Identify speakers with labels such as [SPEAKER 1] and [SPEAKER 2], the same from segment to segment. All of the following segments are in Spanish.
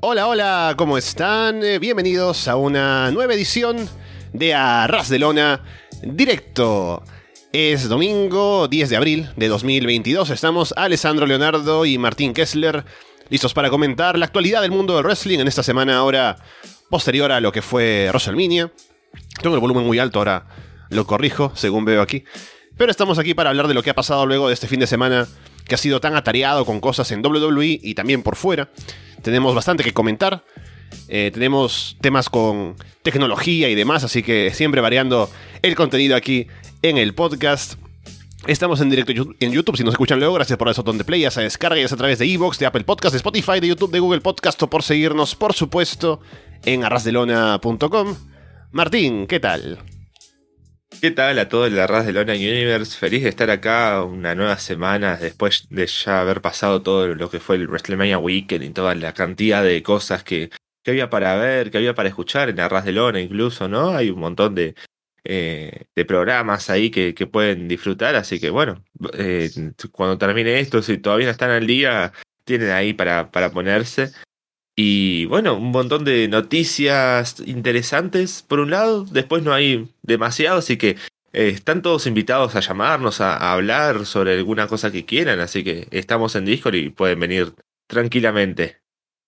[SPEAKER 1] Hola, hola, ¿cómo están? Bienvenidos a una nueva edición de A Ras de Lona Directo. Es domingo 10 de abril de 2022. Estamos Alessandro Leonardo y Martín Kessler listos para comentar la actualidad del mundo del wrestling en esta semana ahora posterior a lo que fue WrestleMania. Tengo el volumen muy alto, ahora lo corrijo según veo aquí. Pero estamos aquí para hablar de lo que ha pasado luego de este fin de semana que ha sido tan atareado con cosas en WWE y también por fuera. Tenemos bastante que comentar. Tenemos temas con tecnología y demás, así que siempre variando el contenido aquí en el podcast. Estamos en directo en YouTube, si nos escuchan luego, gracias por ese botón de play, ya se descarga, ya sea a través de iVoox, de Apple Podcast, de Spotify, de YouTube, de Google Podcast, o por seguirnos, por supuesto, en arrasdelona.com. Martín, ¿qué tal?
[SPEAKER 2] ¿Qué tal a todo el Arras de Lona Universe? Feliz de estar acá una nueva semana después de ya haber pasado todo lo que fue el WrestleMania Weekend y toda la cantidad de cosas que había para ver, que había para escuchar en Arras de Lona incluso, ¿no? Hay un montón de programas ahí que pueden disfrutar, así que bueno, cuando termine esto, si todavía no están al día, tienen ahí para ponerse. Y bueno, un montón de noticias interesantes por un lado, después no hay demasiado, así que están todos invitados a llamarnos, a hablar sobre alguna cosa que quieran, así que estamos en Discord y pueden venir tranquilamente.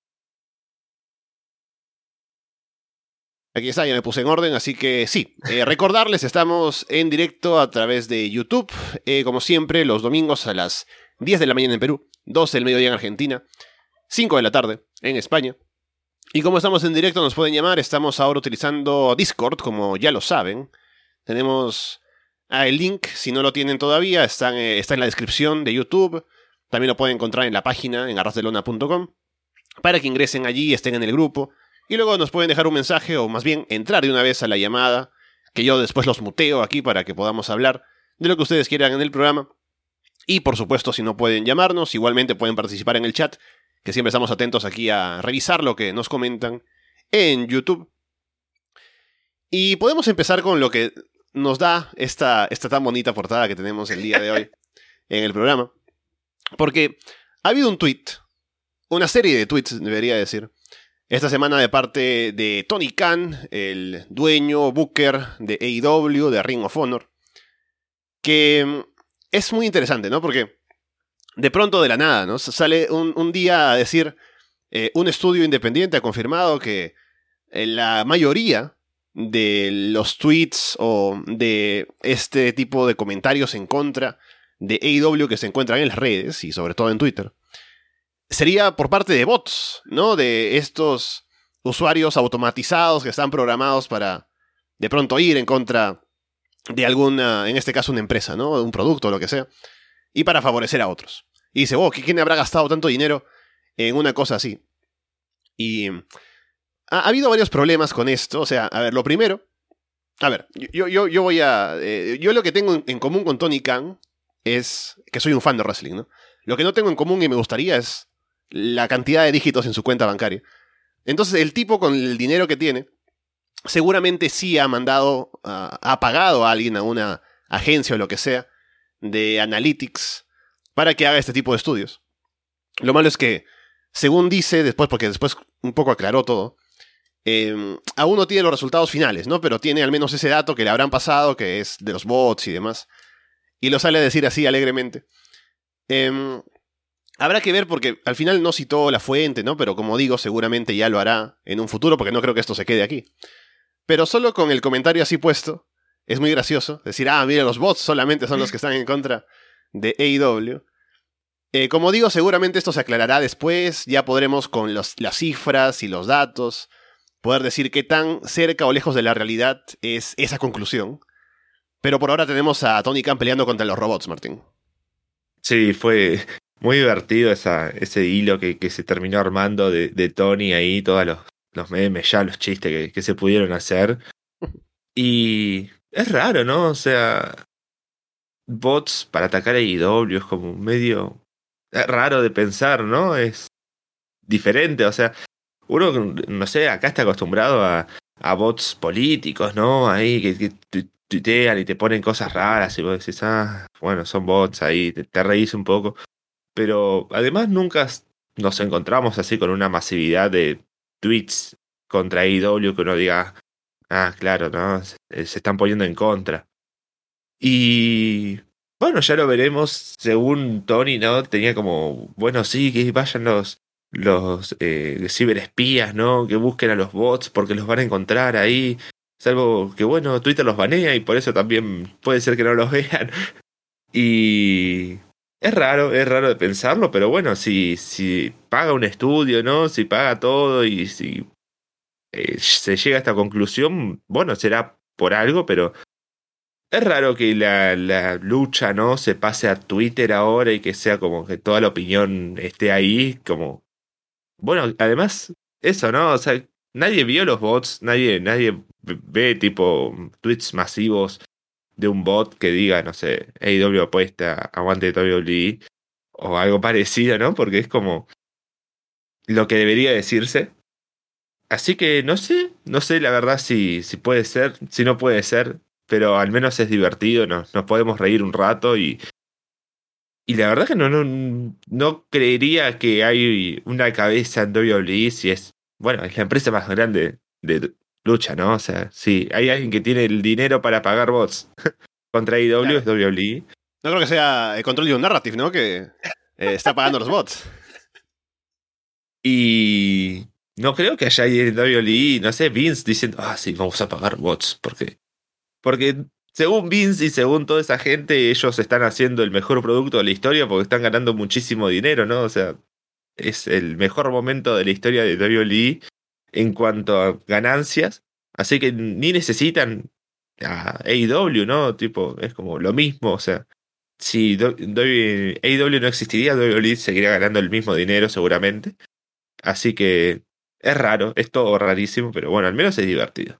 [SPEAKER 1] Aquí está, ya me puse en orden, así que sí, recordarles, estamos en directo a través de YouTube, como siempre, los domingos a las 10 de la mañana en Perú, 12 del mediodía en Argentina, 5 de la tarde en España. Y como estamos en directo nos pueden llamar, estamos ahora utilizando Discord, como ya lo saben. Tenemos el link, si no lo tienen todavía, está en la descripción de YouTube. También lo pueden encontrar en la página, en arrasdelona.com, para que ingresen allí y estén en el grupo. Y luego nos pueden dejar un mensaje, o más bien entrar de una vez a la llamada, que yo después los muteo aquí para que podamos hablar de lo que ustedes quieran en el programa. Y por supuesto, si no pueden llamarnos, igualmente pueden participar en el chat, que siempre estamos atentos aquí a revisar lo que nos comentan en YouTube. Y podemos empezar con lo que nos da esta tan bonita portada que tenemos el día de hoy en el programa. Porque ha habido un tweet, una serie de tweets, debería decir, esta semana de parte de Tony Khan, el dueño, booker de AEW, de Ring of Honor, que es muy interesante, ¿no? Porque de pronto de la nada, ¿no? Sale un día a decir, un estudio independiente ha confirmado que la mayoría de los tweets o de este tipo de comentarios en contra de AEW que se encuentran en las redes y sobre todo en Twitter sería por parte de bots, ¿no? De estos usuarios automatizados que están programados para de pronto ir en contra de alguna, en este caso una empresa, ¿no? De un producto o lo que sea, y para favorecer a otros. Y dice, ¿quién habrá gastado tanto dinero en una cosa así? Y ha habido varios problemas con esto. O sea, a ver, lo primero... A ver, yo voy a... yo lo que tengo en común con Tony Khan es que soy un fan de wrestling, ¿no? Lo que no tengo en común y me gustaría es la cantidad de dígitos en su cuenta bancaria. Entonces, el tipo con el dinero que tiene, seguramente sí ha mandado, ha pagado a alguien, a una agencia o lo que sea, de analytics, para que haga este tipo de estudios. Lo malo es que, según dice después, porque después un poco aclaró todo, aún no tiene los resultados finales, ¿no? Pero tiene al menos ese dato que le habrán pasado, que es de los bots y demás. Y lo sale a decir así alegremente. Habrá que ver porque al final no citó la fuente, ¿no? Pero como digo, seguramente ya lo hará en un futuro, porque no creo que esto se quede aquí. Pero solo con el comentario así puesto, es muy gracioso. Decir, mira, los bots solamente son los que están en contra de AEW. Como digo, seguramente esto se aclarará después. Ya podremos con las cifras y los datos poder decir qué tan cerca o lejos de la realidad es esa conclusión. Pero por ahora tenemos a Tony Khan peleando contra los robots, Martín.
[SPEAKER 2] Sí, fue muy divertido ese hilo que se terminó armando de Tony ahí, todos los memes, ya los chistes que se pudieron hacer. Y es raro, ¿no? O sea, bots para atacar a AEW es como medio raro de pensar, ¿no? Es diferente, o sea, uno, no sé, acá está acostumbrado a bots políticos, ¿no? Ahí que tuitean y te ponen cosas raras y vos decís, bueno, son bots ahí, te reís un poco. Pero además nunca nos encontramos así con una masividad de tweets contra AEW que uno diga, ah, claro, ¿no? Se están poniendo en contra. Y bueno, ya lo veremos. Según Tony, ¿no? Tenía como, bueno, sí, que vayan los ciberespías, ¿no? Que busquen a los bots porque los van a encontrar ahí. Salvo que, bueno, Twitter los banea y por eso también puede ser que no los vean. Y es raro de pensarlo, pero bueno, si paga un estudio, ¿no? Si paga todo y si se llega a esta conclusión, bueno, será por algo, pero es raro que la lucha, ¿no? Se pase a Twitter ahora y que sea como que toda la opinión esté ahí, como... Bueno, además, eso, ¿no? O sea, nadie vio los bots, nadie ve tipo tweets masivos de un bot que diga, no sé, AEW apuesta, aguante WWE, o algo parecido, ¿no? Porque es como lo que debería decirse. Así que no sé la verdad si puede ser, si no puede ser, pero al menos es divertido, nos podemos reír un rato y la verdad que no creería que hay una cabeza en WWE si es, bueno, es la empresa más grande de lucha, ¿no? O sea, si hay alguien que tiene el dinero para pagar bots contra AEW es WWE.
[SPEAKER 1] No creo que sea el control de un narrative, ¿no? Que está pagando los bots.
[SPEAKER 2] Y no creo que haya ahí en WWE, no sé, Vince diciendo, ah, sí, vamos a pagar bots, porque según Vince y según toda esa gente, ellos están haciendo el mejor producto de la historia porque están ganando muchísimo dinero, ¿no? O sea, es el mejor momento de la historia de WWE en cuanto a ganancias. Así que ni necesitan a AEW, ¿no? Tipo, es como lo mismo, o sea, si AEW no existiría, WWE seguiría ganando el mismo dinero seguramente. Así que es raro, es todo rarísimo, pero bueno, al menos es divertido.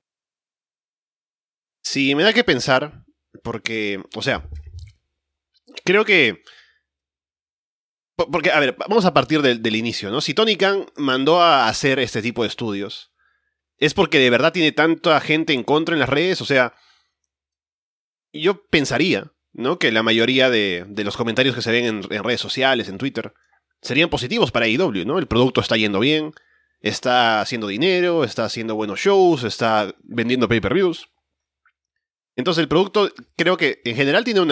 [SPEAKER 1] Sí, me da que pensar, porque, o sea, creo que... Porque, a ver, vamos a partir del inicio, ¿no? Si Tony Khan mandó a hacer este tipo de estudios, es porque de verdad tiene tanta gente en contra en las redes, o sea, yo pensaría, ¿no? Que la mayoría de los comentarios que se ven en redes sociales, en Twitter, serían positivos para AEW, ¿no? El producto está yendo bien, está haciendo dinero, está haciendo buenos shows, está vendiendo pay-per-views. Entonces el producto creo que en general tiene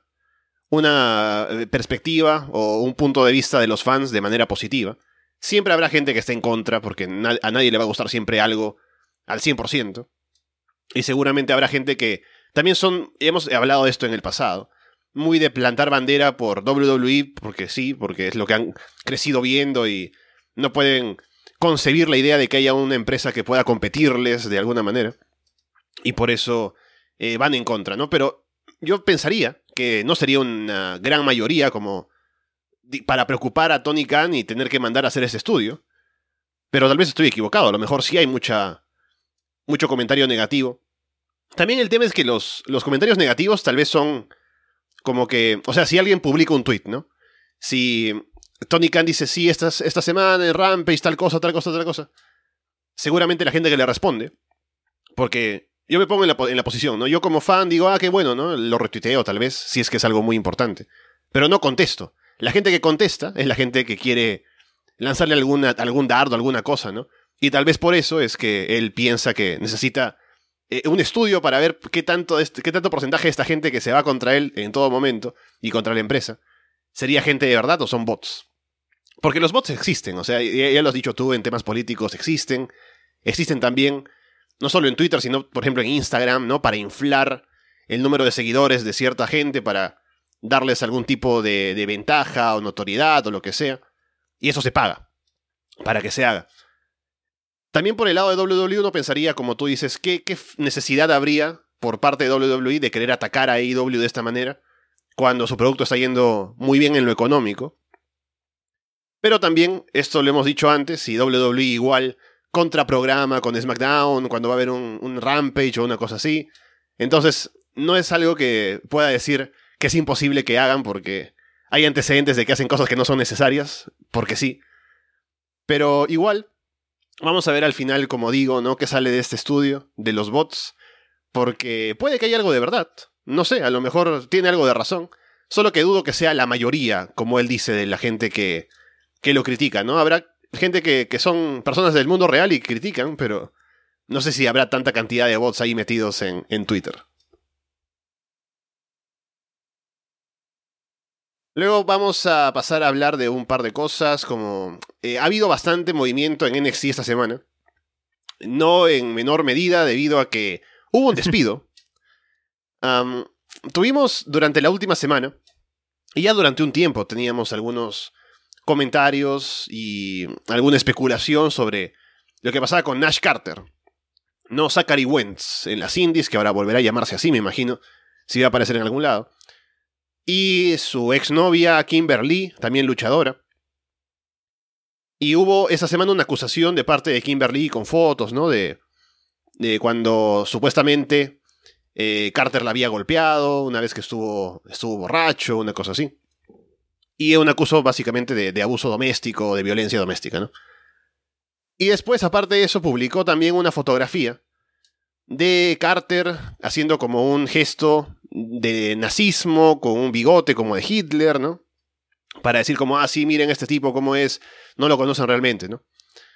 [SPEAKER 1] una perspectiva o un punto de vista de los fans de manera positiva. Siempre habrá gente que esté en contra porque a nadie le va a gustar siempre algo al 100%. Y seguramente habrá gente que también hemos hablado de esto en el pasado, muy de plantar bandera por WWE porque sí, porque es lo que han crecido viendo y no pueden concebir la idea de que haya una empresa que pueda competirles de alguna manera. Y por eso van en contra, ¿no? Pero yo pensaría que no sería una gran mayoría como para preocupar a Tony Khan y tener que mandar a hacer ese estudio. Pero tal vez estoy equivocado, a lo mejor sí hay mucho comentario negativo. También el tema es que los comentarios negativos tal vez son como que... O sea, si alguien publica un tweet, ¿no? Si Tony Khan dice, sí, esta semana en Rampage, tal cosa, tal cosa, tal cosa. Seguramente la gente que le responde, porque yo me pongo en la posición, ¿no? Yo como fan digo, ah, qué bueno, ¿no? Lo retuiteo tal vez, si es que es algo muy importante. Pero no contesto. La gente que contesta es la gente que quiere lanzarle algún dardo, alguna cosa, ¿no? Y tal vez por eso es que él piensa que necesita un estudio para ver qué tanto porcentaje de esta gente que se va contra él en todo momento y contra la empresa sería gente de verdad o son bots. Porque los bots existen, o sea, ya lo has dicho tú en temas políticos, existen también, no solo en Twitter, sino por ejemplo en Instagram, ¿no? Para inflar el número de seguidores de cierta gente, para darles algún tipo de ventaja o notoriedad o lo que sea. Y eso se paga para que se haga. También por el lado de WWE uno pensaría, como tú dices, ¿qué necesidad habría por parte de WWE de querer atacar a AEW de esta manera cuando su producto está yendo muy bien en lo económico? Pero también, esto lo hemos dicho antes, si WWE igual contraprograma con SmackDown cuando va a haber un Rampage o una cosa así, entonces no es algo que pueda decir que es imposible que hagan porque hay antecedentes de que hacen cosas que no son necesarias, porque sí. Pero igual, vamos a ver al final, como digo, ¿no? Qué sale de este estudio, de los bots, porque puede que haya algo de verdad. No sé, a lo mejor tiene algo de razón. Solo que dudo que sea la mayoría, como él dice, de la gente que lo critica, ¿no? gente que son personas del mundo real y critican, pero no sé si habrá tanta cantidad de bots ahí metidos en Twitter. Luego vamos a pasar a hablar de un par de cosas, como ha habido bastante movimiento en NXT esta semana. No en menor medida debido a que hubo un despido. Tuvimos durante la última semana, y ya durante un tiempo teníamos algunos comentarios y alguna especulación sobre lo que pasaba con Nash Carter. No Zachary Wentz en las indies, que ahora volverá a llamarse así, me imagino, si va a aparecer en algún lado. Y su exnovia Kimberly, también luchadora. Y hubo esa semana una acusación de parte de Kimberly con fotos, ¿no? De cuando supuestamente Carter la había golpeado una vez que estuvo borracho, una cosa así. Y un acuso básicamente de abuso doméstico, de violencia doméstica, ¿no? Y después, aparte de eso, publicó también una fotografía de Carter haciendo como un gesto de nazismo, con un bigote como de Hitler, ¿no? Para decir como, sí, miren este tipo cómo es, no lo conocen realmente, ¿no?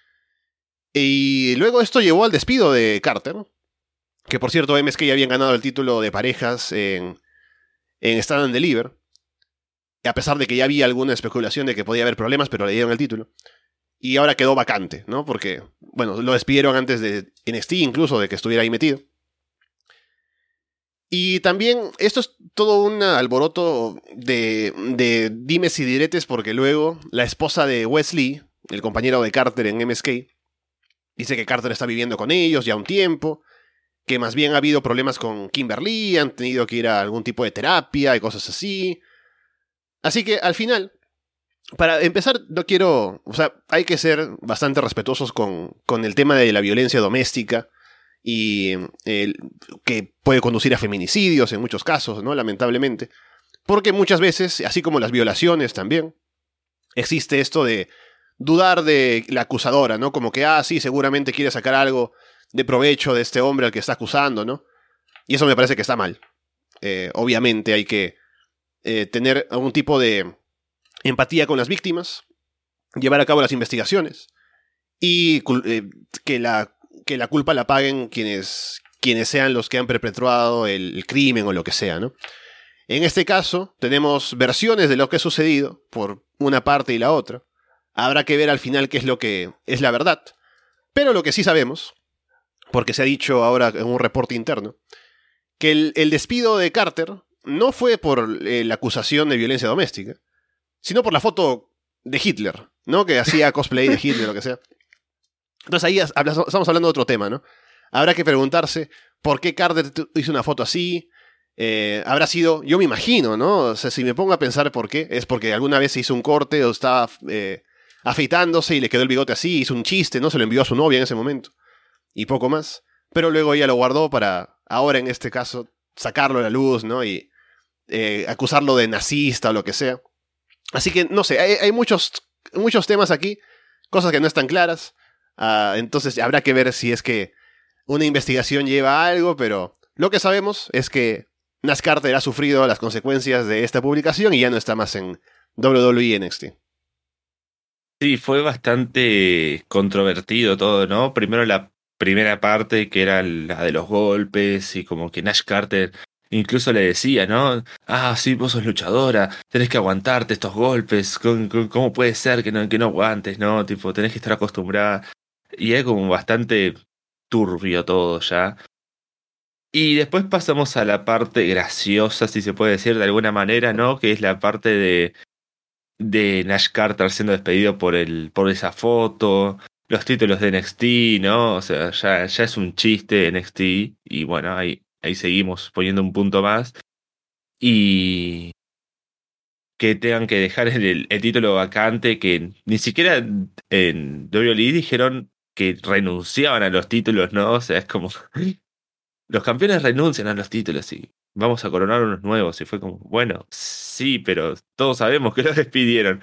[SPEAKER 1] Y luego esto llevó al despido de Carter, ¿no? Que por cierto, MSK ya habían ganado el título de parejas en Stand and Deliver, a pesar de que ya había alguna especulación de que podía haber problemas, pero le dieron el título. Y ahora quedó vacante, ¿no? Porque, bueno, lo despidieron antes de NXT incluso, de que estuviera ahí metido. Y también, esto es todo un alboroto de dimes y diretes, porque luego la esposa de Wesley, el compañero de Carter en MSK, dice que Carter está viviendo con ellos ya un tiempo, que más bien ha habido problemas con Kimberly, han tenido que ir a algún tipo de terapia y cosas así. Así que, al final, para empezar, no quiero... O sea, hay que ser bastante respetuosos con el tema de la violencia doméstica y que puede conducir a feminicidios en muchos casos, ¿no? Lamentablemente. Porque muchas veces, así como las violaciones también, existe esto de dudar de la acusadora, ¿no? Como que, sí, seguramente quiere sacar algo de provecho de este hombre al que está acusando, ¿no? Y eso me parece que está mal. Obviamente hay que tener algún tipo de empatía con las víctimas, llevar a cabo las investigaciones y que la culpa la paguen quienes sean los que han perpetrado el crimen o lo que sea, ¿no? En este caso, tenemos versiones de lo que ha sucedido por una parte y la otra. Habrá que ver al final qué es lo que es la verdad. Pero lo que sí sabemos, porque se ha dicho ahora en un reporte interno, que el despido de Carter no fue por la acusación de violencia doméstica, sino por la foto de Hitler, ¿no? Que hacía cosplay de Hitler o lo que sea. Entonces ahí estamos hablando de otro tema, ¿no? Habrá que preguntarse por qué Carter hizo una foto así. Habrá sido, yo me imagino, ¿no? O sea, si me pongo a pensar por qué, es porque alguna vez se hizo un corte o estaba afeitándose y le quedó el bigote así, hizo un chiste, ¿no? Se lo envió a su novia en ese momento. Y poco más. Pero luego ella lo guardó para, ahora en este caso, sacarlo a la luz, ¿no? Y acusarlo de nazista o lo que sea. Así que, no sé, hay muchos temas aquí, cosas que no están claras. Entonces habrá que ver si es que una investigación lleva a algo, pero lo que sabemos es que Nash Carter ha sufrido las consecuencias de esta publicación y ya no está más en WWE NXT.
[SPEAKER 2] Sí, fue bastante controvertido todo, ¿no? Primero la primera parte, que era la de los golpes, y como que Nash Carter incluso le decía, ¿no? Sí, vos sos luchadora, tenés que aguantarte estos golpes, ¿cómo puede ser que no aguantes, no? Tipo, tenés que estar acostumbrada. Y es como bastante turbio todo ya. Y después pasamos a la parte graciosa, si se puede decir de alguna manera, ¿no? Que es la parte de Nash Carter siendo despedido por esa foto, los títulos de NXT, ¿no? O sea, ya es un chiste NXT. Y bueno, ahí seguimos poniendo un punto más. Y que tengan que dejar el título vacante, que ni siquiera en WWE dijeron que renunciaban a los títulos, ¿no? O sea, es como... Los campeones renuncian a los títulos y vamos a coronar unos nuevos. Y fue como, bueno, sí, pero todos sabemos que los despidieron.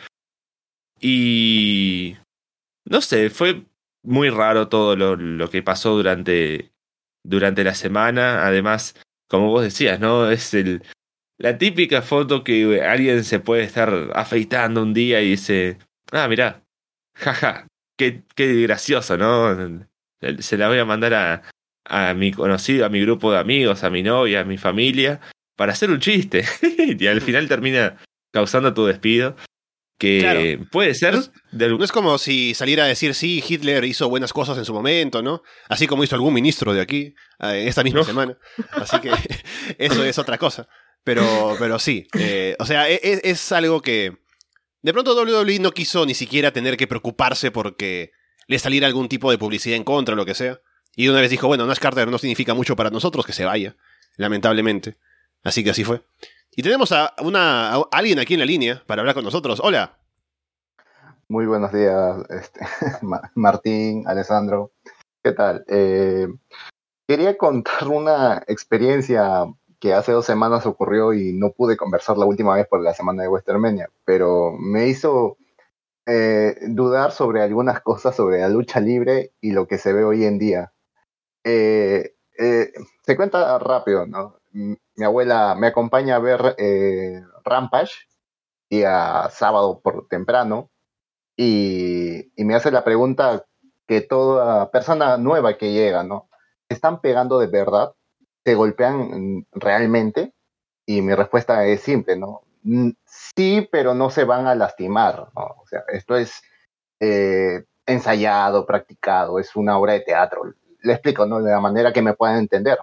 [SPEAKER 2] Y... no sé, fue muy raro todo lo que pasó durante la semana. Además, como vos decías, ¿no? Es la típica foto que alguien se puede estar afeitando un día y dice, mirá, jaja, qué gracioso, ¿no? Se la voy a mandar a mi conocido, a mi grupo de amigos, a mi novia, a mi familia, para hacer un chiste. Y al final termina causando tu despido.
[SPEAKER 1] Claro.
[SPEAKER 2] Que puede ser...
[SPEAKER 1] No es como si saliera a decir, sí, Hitler hizo buenas cosas en su momento, ¿no? Así como hizo algún ministro de aquí, esta misma semana. Así que eso es otra cosa. Pero sí. O sea, es algo que... De pronto WWE no quiso ni siquiera tener que preocuparse porque le saliera algún tipo de publicidad en contra o lo que sea. Y una vez dijo, bueno, Nash Carter no significa mucho para nosotros, que se vaya. Lamentablemente. Así que así fue. Y tenemos a alguien aquí en la línea para hablar con nosotros. Hola.
[SPEAKER 3] Muy buenos días, Martín, Alessandro. ¿Qué tal? Quería contar una experiencia que hace 2 semanas ocurrió y no pude conversar la última vez por la semana de WrestleMania, pero me hizo dudar sobre algunas cosas sobre la lucha libre y lo que se ve hoy en día. Se cuenta rápido, ¿no? Mi abuela me acompaña a ver Rampage día sábado por temprano y me hace la pregunta que toda persona nueva que llega, ¿no? ¿Están pegando de verdad? ¿Te golpean realmente? Y mi respuesta es simple, ¿no? Sí, pero no se van a lastimar, ¿no? O sea, esto es ensayado, practicado, es una obra de teatro. Le explico, ¿no? De la manera que me puedan entender.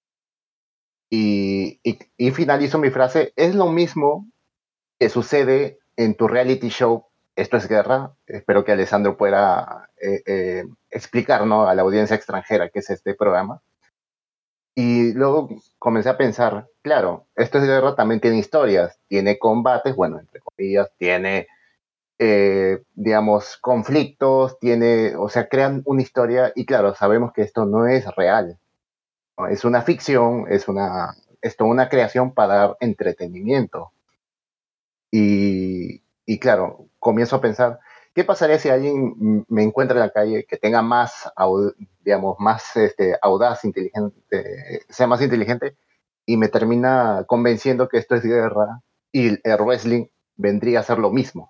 [SPEAKER 3] Y finalizo mi frase, es lo mismo que sucede en tu reality show Esto es Guerra. Espero que Alessandro pueda explicar, ¿no?, a la audiencia extranjera qué es este programa. Y luego comencé a pensar, claro, Esto es Guerra también tiene historias, tiene combates, bueno, entre comillas, tiene, digamos, conflictos, tiene, o sea, crean una historia y claro, sabemos que esto no es real, ¿no? Es una ficción, es toda una creación para dar entretenimiento. Y claro, comienzo a pensar, ¿qué pasaría si alguien me encuentra en la calle que tenga más, digamos, más audaz, inteligente, sea más inteligente y me termina convenciendo que esto es guerra y el wrestling vendría a ser lo mismo?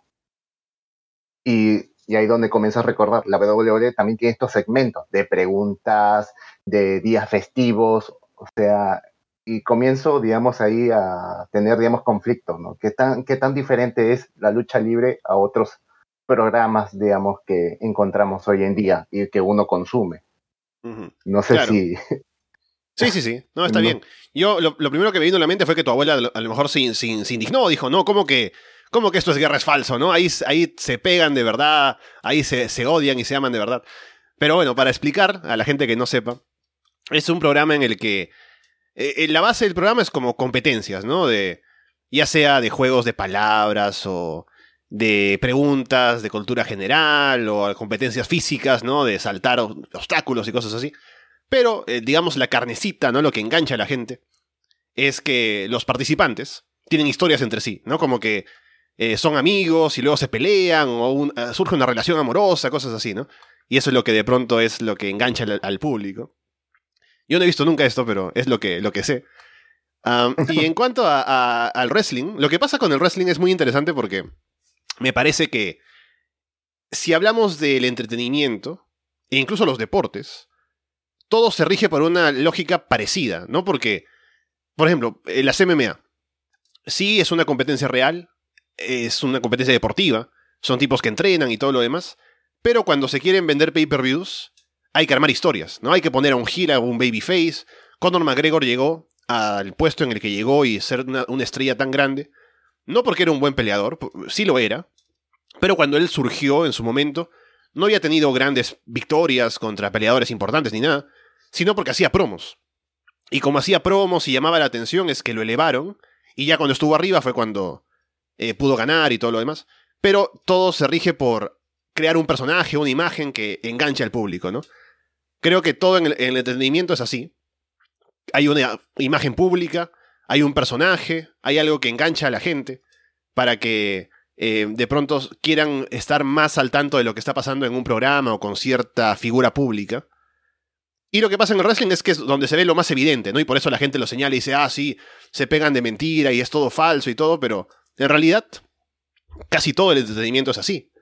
[SPEAKER 3] Y ahí donde comienzo a recordar, la WWE también tiene estos segmentos de preguntas, de días festivos, o sea, y comienzo, digamos, ahí a tener, digamos, conflictos, ¿no? ¿Qué tan diferente es la lucha libre a otros programas, digamos, que encontramos hoy en día y que uno consume?
[SPEAKER 1] Uh-huh.
[SPEAKER 3] No sé
[SPEAKER 1] Claro.
[SPEAKER 3] si...
[SPEAKER 1] Sí. No, está bien. Yo, lo primero que me vino a la mente fue que tu abuela a lo mejor se indignó. Dijo, no, ¿cómo que esto es guerra es falso, ¿no? Ahí se pegan de verdad, ahí se odian y se aman de verdad. Pero bueno, para explicar a la gente que no sepa, es un programa en el que la base del programa es como competencias, ¿no? Ya sea de juegos de palabras o de preguntas de cultura general o competencias físicas, ¿no? De saltar obstáculos y cosas así. Pero, digamos, la carnecita, ¿no? Lo que engancha a la gente es que los participantes tienen historias entre sí, ¿no? Como que son amigos y luego se pelean o surge una relación amorosa, cosas así, ¿no? Y eso es lo que de pronto es lo que engancha al público. Yo no he visto nunca esto, pero es lo que sé. Y en cuanto al wrestling, lo que pasa con el wrestling es muy interesante porque me parece que si hablamos del entretenimiento, e incluso los deportes, todo se rige por una lógica parecida, ¿no? Porque, por ejemplo, las MMA, sí es una competencia real, es una competencia deportiva, son tipos que entrenan y todo lo demás, pero cuando se quieren vender pay-per-views, hay que armar historias, ¿no? Hay que poner a un heel, a un babyface. Conor McGregor llegó al puesto en el que llegó y ser una estrella tan grande, no porque era un buen peleador, sí lo era, pero cuando él surgió en su momento, no había tenido grandes victorias contra peleadores importantes ni nada, sino porque hacía promos. Y como hacía promos y llamaba la atención, es que lo elevaron, y ya cuando estuvo arriba fue cuando pudo ganar y todo lo demás. Pero todo se rige por crear un personaje, una imagen que enganche al público, ¿no? Creo que todo en el entretenimiento es así. Hay una imagen pública, hay un personaje, hay algo que engancha a la gente para que de pronto quieran estar más al tanto de lo que está pasando en un programa o con cierta figura pública. Y lo que pasa en el wrestling es que es donde se ve lo más evidente, ¿no? Y por eso la gente lo señala y dice, sí, se pegan de mentira y es todo falso y todo, pero en realidad casi todo el entretenimiento es así.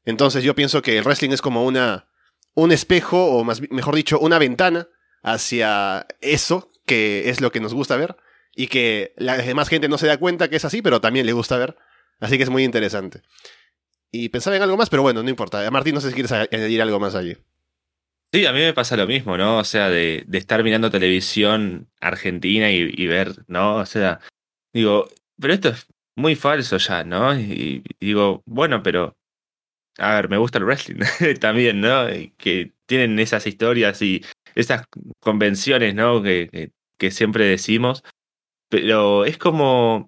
[SPEAKER 1] Entonces yo pienso que el wrestling es como un espejo, o mejor dicho, una ventana hacia eso, que es lo que nos gusta ver, y que la demás gente no se da cuenta que es así, pero también le gusta ver. Así que es muy interesante. Y pensaba en algo más, pero bueno, no importa. Martín, no sé si quieres añadir algo más allí.
[SPEAKER 2] Sí, a mí me pasa lo mismo, ¿no? O sea, de estar mirando televisión argentina y ver, ¿no? O sea, digo, pero esto es muy falso ya, ¿no? Y digo, bueno, pero, a ver, me gusta el wrestling también, ¿no? Y que tienen esas historias y esas convenciones, ¿no? Que siempre decimos, pero es como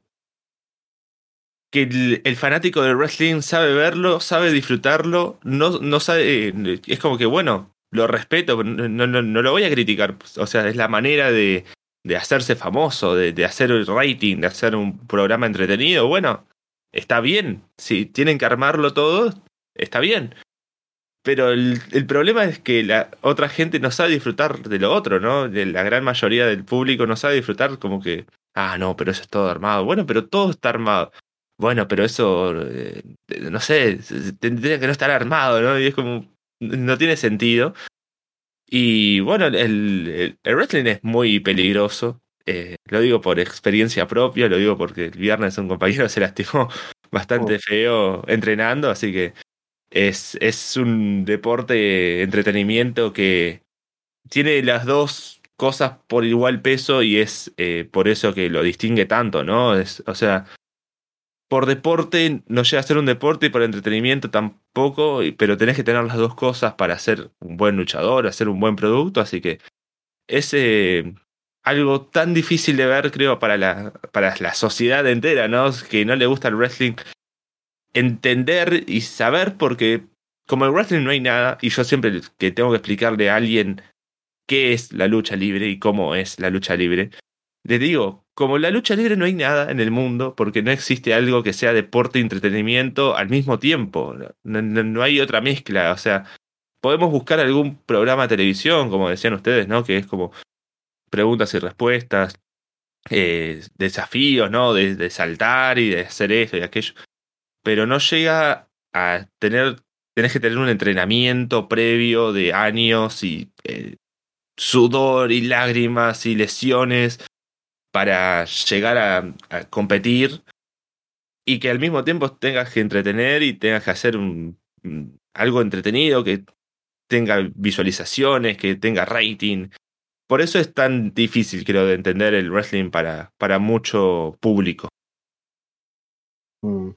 [SPEAKER 2] que el fanático del wrestling sabe verlo, sabe disfrutarlo, no sabe, es como que bueno, lo respeto, pero no lo voy a criticar, o sea, es la manera de hacerse famoso, de hacer el rating, de hacer un programa entretenido, bueno, está bien, si tienen que armarlo todo, está bien, pero el problema es que la otra gente no sabe disfrutar de lo otro, ¿no? La gran mayoría del público no sabe disfrutar como que, ah, no, pero eso es todo armado. Bueno, pero todo está armado. Bueno, pero eso, no sé, tendría que no estar armado, ¿no? Y es como, no tiene sentido. Y bueno, el wrestling es muy peligroso. Lo digo por experiencia propia, lo digo porque el viernes un compañero se lastimó bastante feo entrenando, así que es un deporte entretenimiento que tiene las dos cosas por igual peso y es por eso que lo distingue tanto, ¿no? O sea, por deporte no llega a ser un deporte y por entretenimiento tampoco, pero tenés que tener las dos cosas para ser un buen luchador, hacer un buen producto, así que es algo tan difícil de ver, creo, para la sociedad entera, ¿no? Que no le gusta el wrestling, entender y saber, porque como el wrestling no hay nada, y yo siempre que tengo que explicarle a alguien qué es la lucha libre y cómo es la lucha libre, le digo, como la lucha libre no hay nada en el mundo, porque no existe algo que sea deporte y entretenimiento al mismo tiempo, no hay otra mezcla, o sea, podemos buscar algún programa de televisión, como decían ustedes, ¿no? Que es como preguntas y respuestas, desafíos, ¿no? De saltar y de hacer esto y aquello, pero no llega a tener, tenés que tener un entrenamiento previo de años y sudor y lágrimas y lesiones para llegar a competir y que al mismo tiempo tengas que entretener y tengas que hacer algo entretenido, que tenga visualizaciones, que tenga rating. Por eso es tan difícil, creo, de entender el wrestling para mucho público.
[SPEAKER 3] Mm.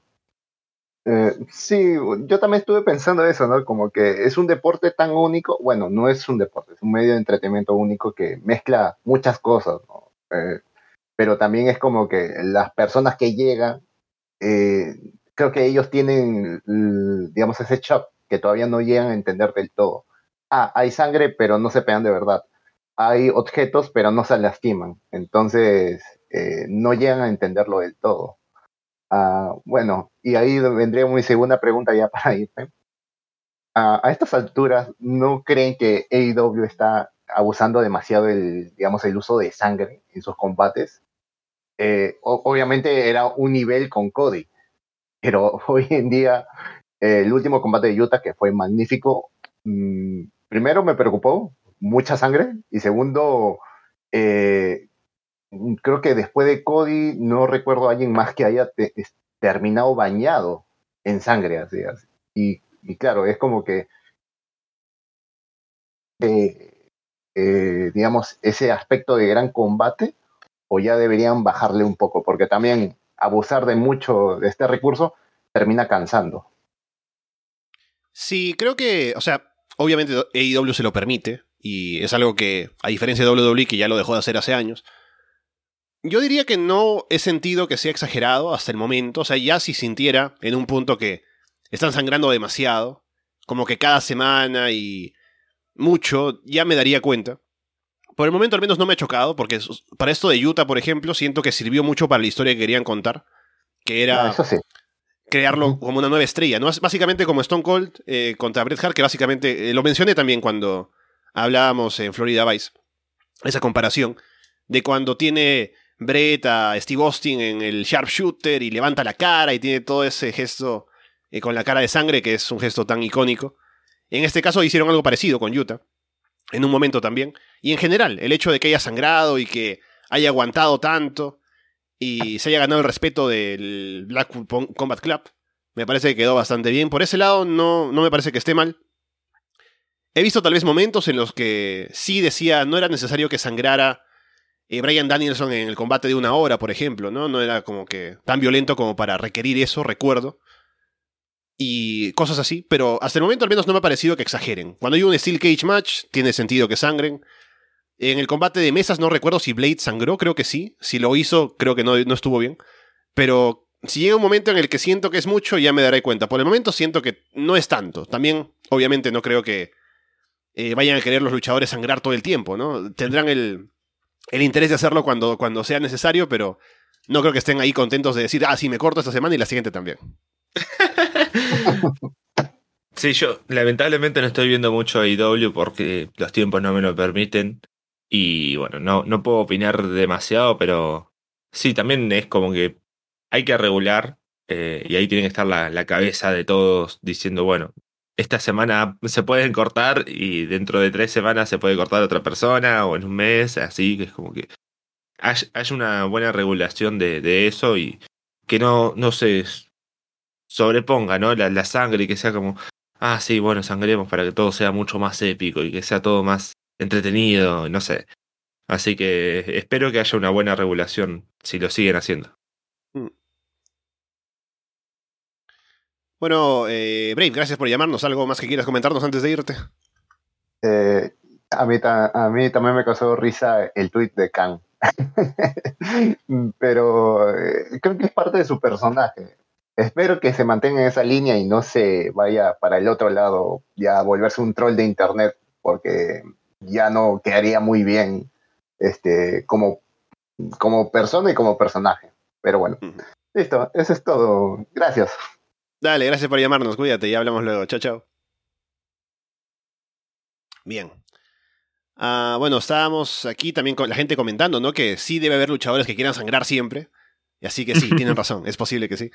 [SPEAKER 3] Sí, yo también estuve pensando eso, ¿no? Como que es un deporte tan único, bueno, no es un deporte, es un medio de entretenimiento único que mezcla muchas cosas, ¿no? Pero también es como que las personas que llegan, eh, creo que ellos tienen, digamos, ese shock que todavía no llegan a entender del todo. Ah, hay sangre, pero no se pegan de verdad. Hay objetos, pero no se lastiman. Entonces, no llegan a entenderlo del todo. Bueno, y ahí vendría mi segunda pregunta ya para irme. A estas alturas, ¿no creen que AEW está abusando demasiado digamos, el uso de sangre en sus combates? Obviamente era un nivel con Cody, pero hoy en día el último combate de Utah, que fue magnífico, primero me preocupó, mucha sangre, y segundo, eh, creo que después de Cody no recuerdo a alguien más que haya terminado bañado en sangre, así, así. Y claro, es como que, digamos, ese aspecto de gran combate, o ya deberían bajarle un poco, porque también abusar de mucho de este recurso termina cansando.
[SPEAKER 1] Sí, creo que, o sea, obviamente AEW se lo permite, y es algo que, a diferencia de WWE, que ya lo dejó de hacer hace años, yo diría que no he sentido que sea exagerado hasta el momento. O sea, ya si sintiera en un punto que están sangrando demasiado, como que cada semana y mucho, ya me daría cuenta. Por el momento al menos no me ha chocado, porque para esto de Utah, por ejemplo, siento que sirvió mucho para la historia que querían contar, que
[SPEAKER 3] No,
[SPEAKER 1] era
[SPEAKER 3] eso sí.
[SPEAKER 1] crearlo
[SPEAKER 3] Ujú.
[SPEAKER 1] como una nueva estrella, ¿no? Es básicamente como Stone Cold contra Bret Hart, que básicamente lo mencioné también cuando hablábamos en Florida Vice, esa comparación de cuando tiene Bret a Steve Austin en el sharpshooter y levanta la cara y tiene todo ese gesto con la cara de sangre, que es un gesto tan icónico. En este caso hicieron algo parecido con Yuta, en un momento también. Y en general, el hecho de que haya sangrado y que haya aguantado tanto y se haya ganado el respeto del Blackpool Combat Club, me parece que quedó bastante bien. Por ese lado no me parece que esté mal. He visto tal vez momentos en los que sí decía no era necesario que sangrara Bryan Danielson en el combate de 1 hora, por ejemplo, ¿no? No era como que tan violento como para requerir eso, recuerdo. Y cosas así, pero hasta el momento al menos no me ha parecido que exageren. Cuando hay un Steel Cage Match, tiene sentido que sangren. En el combate de mesas no recuerdo si Blade sangró, creo que sí. Si lo hizo, creo que no estuvo bien. Pero si llega un momento en el que siento que es mucho, ya me daré cuenta. Por el momento siento que no es tanto. También, obviamente, no creo que vayan a querer los luchadores sangrar todo el tiempo, ¿no? Tendrán el interés de hacerlo cuando sea necesario, pero no creo que estén ahí contentos de decir, sí, me corto esta semana y la siguiente también.
[SPEAKER 2] Sí, yo lamentablemente no estoy viendo mucho AEW porque los tiempos no me lo permiten. Y bueno, no puedo opinar demasiado, pero sí, también es como que hay que regular y ahí tiene que estar la cabeza de todos diciendo, bueno, esta semana se pueden cortar y dentro de 3 semanas se puede cortar otra persona o en un mes, así que es como que haya una buena regulación de eso y que no se sobreponga, ¿no? La sangre y que sea como, sí, bueno, sangremos para que todo sea mucho más épico y que sea todo más entretenido, no sé. Así que espero que haya una buena regulación si lo siguen haciendo.
[SPEAKER 1] Bueno, Brave, gracias por llamarnos. ¿Algo más que quieras comentarnos antes de irte?
[SPEAKER 3] A mí también me causó risa el tweet de Khan. Pero creo que es parte de su personaje. Espero que se mantenga en esa línea y no se vaya para el otro lado, ya a volverse un troll de internet, porque ya no quedaría muy bien como persona y como personaje. Pero bueno, listo, eso es todo. Gracias.
[SPEAKER 1] Dale, gracias por llamarnos. Cuídate, ya hablamos luego. Chao, chao. Bien. Bueno, estábamos aquí también con la gente comentando, ¿no? Que sí debe haber luchadores que quieran sangrar siempre. Y así que sí, tienen razón. Es posible que sí.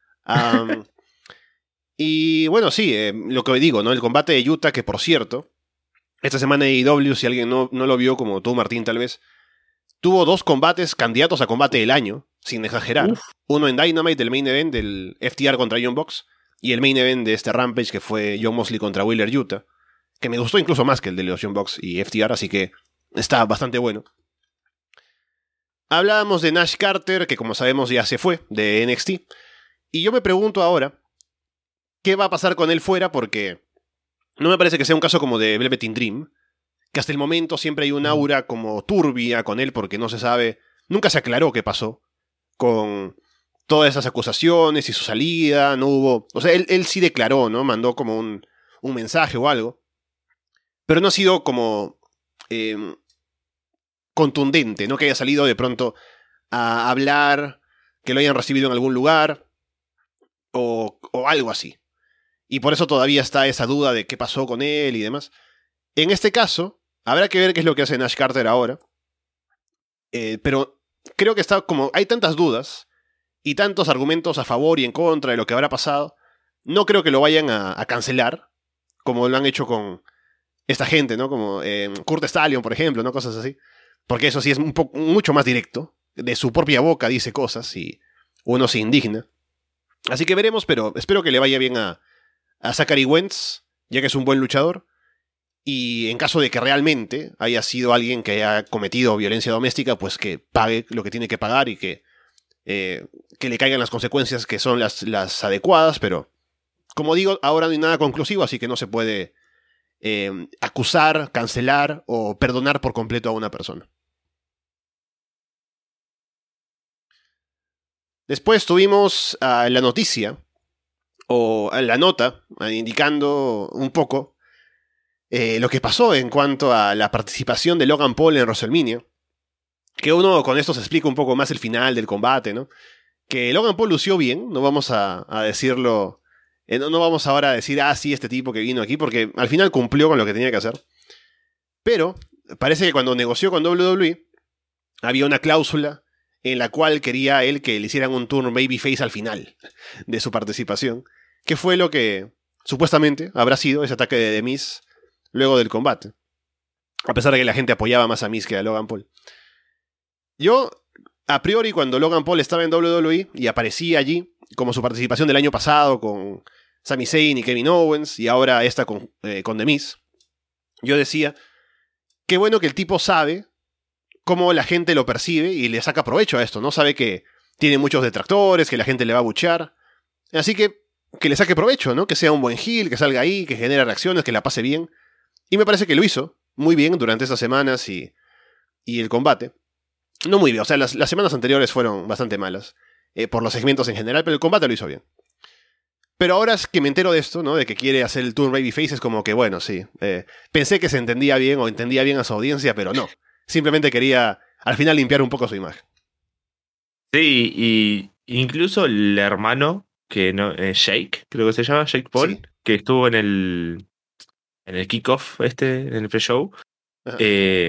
[SPEAKER 1] Y bueno, sí, lo que digo, ¿no? El combate de Yuta, que por cierto, esta semana de AEW, si alguien no lo vio como tú, Martín, tal vez, tuvo 2 combates candidatos a combate del año, sin exagerar. Uf. Uno en Dynamite, el main event del FTR contra Young Bucks, y el main event de este Rampage, que fue Jon Moxley contra Wheeler Yuta, que me gustó incluso más que el de los Young Bucks y FTR, así que está bastante bueno. Hablábamos de Nash Carter, que como sabemos ya se fue de NXT, y yo me pregunto ahora, ¿qué va a pasar con él fuera? Porque no me parece que sea un caso como de Velvet in Dream, que hasta el momento siempre hay un aura como turbia con él porque no se sabe, nunca se aclaró qué pasó con todas esas acusaciones y su salida, no hubo, o sea, él sí declaró, ¿no? Mandó como un mensaje o algo, pero no ha sido como contundente, ¿no? Que haya salido de pronto a hablar, que lo hayan recibido en algún lugar o algo así. Y por eso todavía está esa duda de qué pasó con él y demás. En este caso, habrá que ver qué es lo que hace Nash Carter ahora. Pero creo que está como... Hay tantas dudas y tantos argumentos a favor y en contra de lo que habrá pasado. No creo que lo vayan a cancelar, como lo han hecho con esta gente, ¿no? Como Kurt Stallion, por ejemplo, ¿no? Cosas así. Porque eso sí es mucho más directo. De su propia boca dice cosas y uno se indigna. Así que veremos, pero espero que le vaya bien a Zachary Wentz, ya que es un buen luchador. Y en caso de que realmente haya sido alguien que haya cometido violencia doméstica, pues que pague lo que tiene que pagar y que le caigan las consecuencias que son las adecuadas. Pero, como digo, ahora no hay nada conclusivo, así que no se puede acusar, cancelar o perdonar por completo a una persona. Después tuvimos la noticia, o la nota, indicando un poco lo que pasó en cuanto a la participación de Logan Paul en WrestleMania. Que uno con esto se explica un poco más el final del combate, ¿no? Que Logan Paul lució bien, no vamos a decirlo, no vamos ahora a decir, sí, este tipo que vino aquí, porque al final cumplió con lo que tenía que hacer. Pero parece que cuando negoció con WWE, había una cláusula en la cual quería él que le hicieran un turn babyface al final de su participación, qué fue lo que supuestamente habrá sido ese ataque de The Miz luego del combate. A pesar de que la gente apoyaba más a Miz que a Logan Paul. Yo, a priori, cuando Logan Paul estaba en WWE y aparecía allí, como su participación del año pasado con Sami Zayn y Kevin Owens, y ahora esta con The Miz, yo decía, qué bueno que el tipo sabe cómo la gente lo percibe y le saca provecho a esto, ¿no? Sabe que tiene muchos detractores, que la gente le va a buchar. Así que le saque provecho, ¿no? Que sea un buen heel, que salga ahí, que genere reacciones, que la pase bien. Y me parece que lo hizo muy bien durante estas semanas y el combate. No muy bien, o sea, las semanas anteriores fueron bastante malas, por los segmentos en general, pero el combate lo hizo bien. Pero ahora es que me entero de esto, ¿no? De que quiere hacer el turn babyface, es como que, bueno, sí. Pensé que se entendía bien o entendía bien a su audiencia, pero no. Simplemente quería, al final, limpiar un poco su imagen.
[SPEAKER 2] Sí, y incluso el hermano, que no, Jake, creo que se llama, Jake Paul,
[SPEAKER 1] Sí.
[SPEAKER 2] que estuvo en el kickoff en el pre-show,
[SPEAKER 1] Ajá.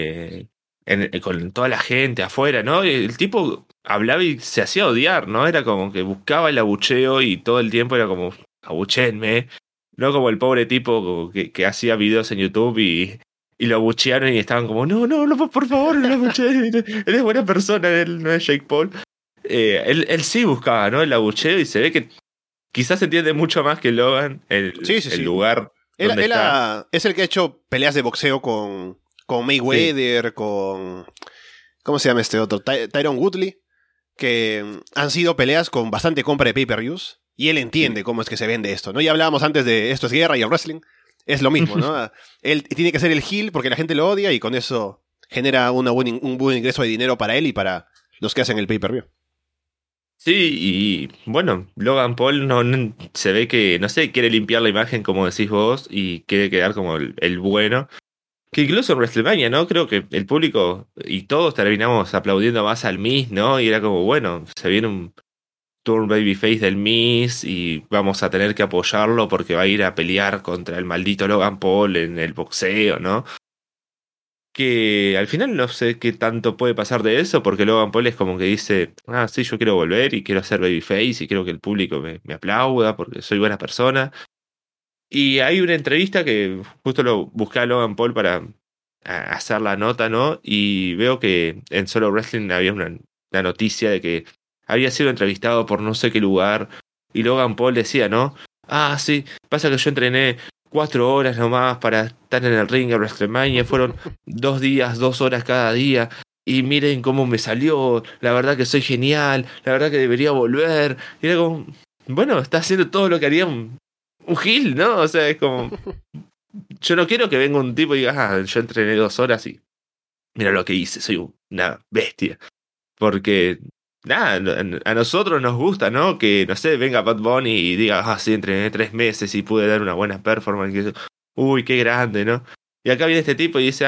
[SPEAKER 2] con toda la gente afuera, ¿no? El tipo hablaba y se hacía odiar, ¿no? Era como que buscaba el abucheo y todo el tiempo era como, abuchéenme, no como el pobre tipo que hacía videos en YouTube y lo abuchearon y estaban como, no, por favor, no lo abucheen, él es buena persona, él no es Jake Paul. Él sí buscaba, ¿no? El abucheo y se ve que quizás se entiende mucho más que Logan
[SPEAKER 1] Sí.
[SPEAKER 2] el lugar
[SPEAKER 1] Él
[SPEAKER 2] donde está.
[SPEAKER 1] es el que ha hecho peleas de boxeo con Mayweather, con... ¿Cómo se llama este otro? Tyron Woodley. Que han sido peleas con bastante compra de pay-per-views. Y él entiende
[SPEAKER 2] Sí.
[SPEAKER 1] cómo es que se vende esto, ¿no? Ya hablábamos antes de esto es guerra y el wrestling. Es lo mismo, ¿no? Él tiene que ser el heel porque la gente lo odia y con eso genera un buen ingreso de dinero para él y para los que hacen el pay-per-view.
[SPEAKER 2] Sí, y bueno, Logan Paul no se ve que, no sé, quiere limpiar la imagen como decís vos y quiere quedar como el bueno. Que incluso en WrestleMania, ¿no? Creo que el público y todos terminamos aplaudiendo más al Miz, ¿no? Y era como, bueno, se viene un turn babyface del Miz y vamos a tener que apoyarlo porque va a ir a pelear contra el maldito Logan Paul en el boxeo, ¿no? Que al final no sé qué tanto puede pasar de eso, porque Logan Paul es como que dice, sí, yo quiero volver y quiero hacer babyface y quiero que el público me aplauda porque soy buena persona. Y hay una entrevista que justo lo busqué a Logan Paul para hacer la nota, ¿no? Y veo que en Solo Wrestling había una noticia de que había sido entrevistado por no sé qué lugar y Logan Paul decía, ¿no? Sí, pasa que yo entrené 4 horas nomás para estar en el ring de WrestleMania, fueron 2 días, 2 horas cada día. Y miren cómo me salió, la verdad que soy genial, la verdad que debería volver. Y era como, bueno, está haciendo todo lo que haría un heel, ¿no? O sea, es como, yo no quiero que venga un tipo y diga, yo entrené 2 horas y mira lo que hice, soy una bestia. Porque, nada, a nosotros nos gusta, ¿no? Que, no sé, venga Bad Bunny y diga, sí, entrené 3 meses y pude dar una buena performance. Uy, qué grande, ¿no? Y acá viene este tipo y dice,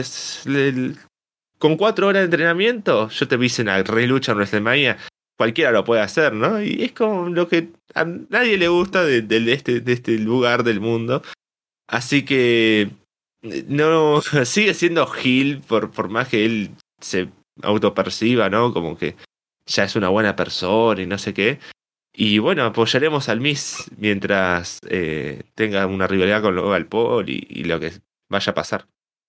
[SPEAKER 2] con 4 horas de entrenamiento, yo te hice una relucha en WrestleMania, cualquiera lo puede hacer, ¿no? Y es como lo que a nadie le gusta de este lugar del mundo. Así que no sigue siendo heel por más que él se autoperciba, ¿no? Como que ya es una buena persona y no sé qué. Y bueno, apoyaremos al Miz mientras tenga una rivalidad con Logan Paul y lo que vaya a pasar.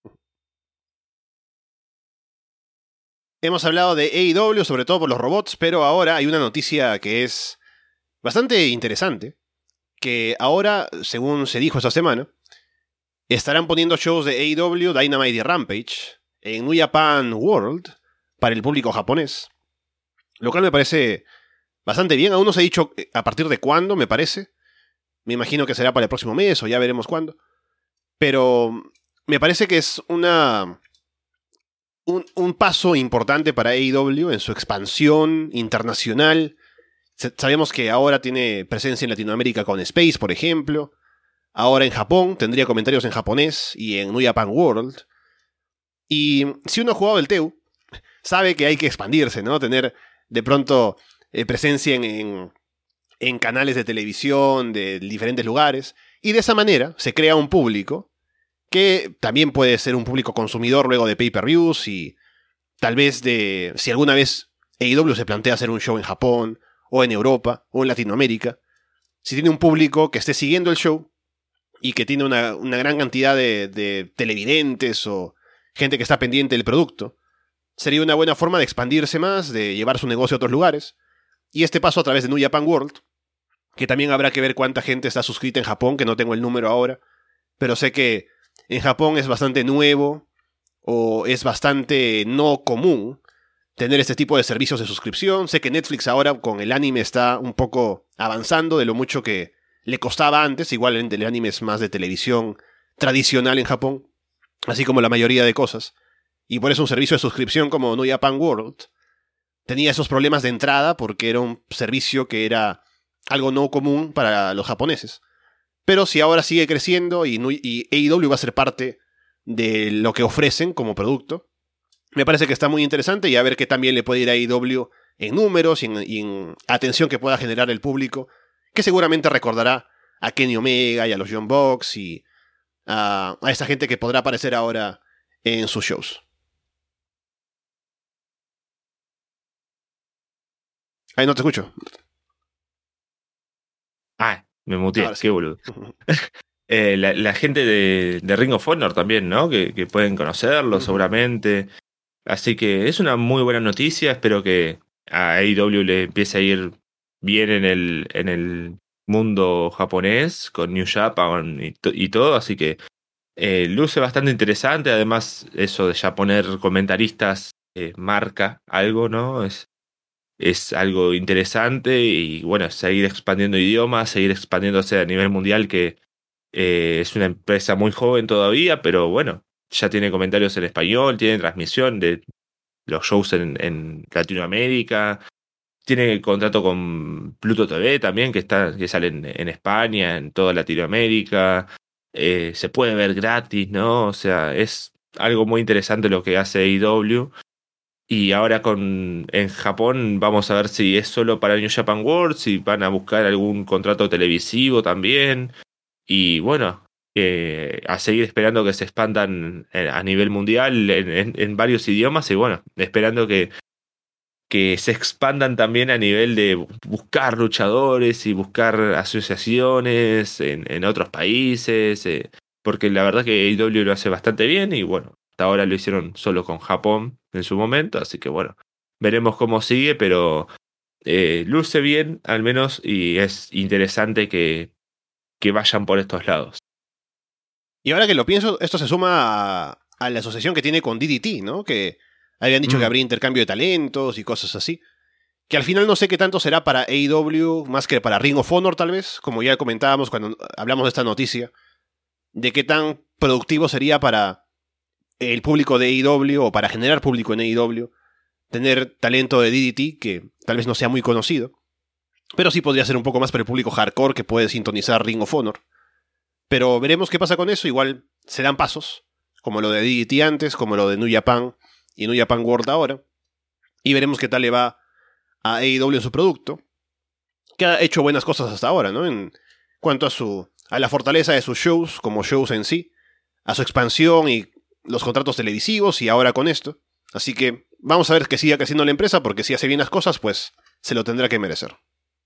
[SPEAKER 1] Hemos hablado de AEW, sobre todo por los robots, pero ahora hay una noticia que es bastante interesante, que ahora, según se dijo esta semana, estarán poniendo shows de AEW, Dynamite y Rampage en New Japan World para el público japonés, lo cual me parece bastante bien. Aún no se ha dicho a partir de cuándo, me parece. Me imagino que será para el próximo mes o ya veremos cuándo. Pero me parece que es un paso importante para AEW en su expansión internacional. Sabemos que ahora tiene presencia en Latinoamérica con Space, por ejemplo. Ahora en Japón tendría comentarios en japonés y en New Japan World. Y si uno ha jugado el TEU, sabe que hay que expandirse, ¿no? Tener de pronto presencia en canales de televisión de diferentes lugares. Y de esa manera se crea un público que también puede ser un público consumidor luego de pay-per-views y tal vez si alguna vez AEW se plantea hacer un show en Japón o en Europa o en Latinoamérica, si tiene un público que esté siguiendo el show y que tiene una gran cantidad de televidentes o gente que está pendiente del producto, sería una buena forma de expandirse más, de llevar su negocio a otros lugares. Y este paso a través de New Japan World, que también habrá que ver cuánta gente está suscrita en Japón, que no tengo el número ahora, pero sé que en Japón es bastante nuevo o es bastante no común tener este tipo de servicios de suscripción. Sé que Netflix ahora con el anime está un poco avanzando de lo mucho que le costaba antes. Igual el anime es más de televisión tradicional en Japón, así como la mayoría de cosas. Y por eso un servicio de suscripción como New Japan World tenía esos problemas de entrada porque era un servicio que era algo no común para los japoneses. Pero si ahora sigue creciendo y AEW va a ser parte de lo que ofrecen como producto, me parece que está muy interesante y a ver qué también le puede ir a AEW en números y en atención que pueda generar el público, que seguramente recordará a Kenny Omega y a los Young Bucks y a esta gente que podrá aparecer ahora en sus shows. Ahí no te escucho.
[SPEAKER 2] Me muteé,
[SPEAKER 1] Ahora sí.
[SPEAKER 2] qué boludo. La gente de Ring of Honor también, ¿no? Que pueden conocerlo seguramente. Así que es una muy buena noticia. Espero que a AEW le empiece a ir bien en el mundo japonés, con New Japan y todo. Así que luce bastante interesante. Además, eso de ya poner comentaristas marca algo, ¿no? Es algo interesante y bueno, seguir expandiendo idiomas, seguir expandiéndose a nivel mundial, que es una empresa muy joven todavía, pero bueno, ya tiene comentarios en español, tiene transmisión de los shows en Latinoamérica, tiene contrato con Pluto TV también, que sale en España, en toda Latinoamérica, se puede ver gratis, ¿no? O sea, es algo muy interesante lo que hace AEW. Y ahora en Japón vamos a ver si es solo para New Japan World, si van a buscar algún contrato televisivo también. Y bueno, a seguir esperando que se expandan a nivel mundial en varios idiomas. Y bueno, esperando que se expandan también a nivel de buscar luchadores y buscar asociaciones en otros países. Porque la verdad que AEW lo hace bastante bien y bueno, hasta ahora lo hicieron solo con Japón en su momento, así que bueno, veremos cómo sigue, pero luce bien al menos y es interesante que vayan por estos lados.
[SPEAKER 1] Y ahora que lo pienso, esto se suma a la asociación que tiene con DDT, ¿no? Que habían dicho que habría intercambio de talentos y cosas así. Que al final no sé qué tanto será para AEW, más que para Ring of Honor tal vez, como ya comentábamos cuando hablamos de esta noticia, de qué tan productivo sería para el público de AEW o para generar público en AEW tener talento de DDT que tal vez no sea muy conocido, pero sí podría ser un poco más para el público hardcore que puede sintonizar Ring of Honor. Pero veremos qué pasa con eso, igual se dan pasos, como lo de DDT antes, como lo de New Japan y New Japan World ahora, y veremos qué tal le va a AEW en su producto, que ha hecho buenas cosas hasta ahora, ¿no? En cuanto a la fortaleza de sus shows, como shows en sí, a su expansión y los contratos televisivos, y ahora con esto. Así que vamos a ver que siga creciendo la empresa, porque si hace bien las cosas, pues se lo tendrá que merecer.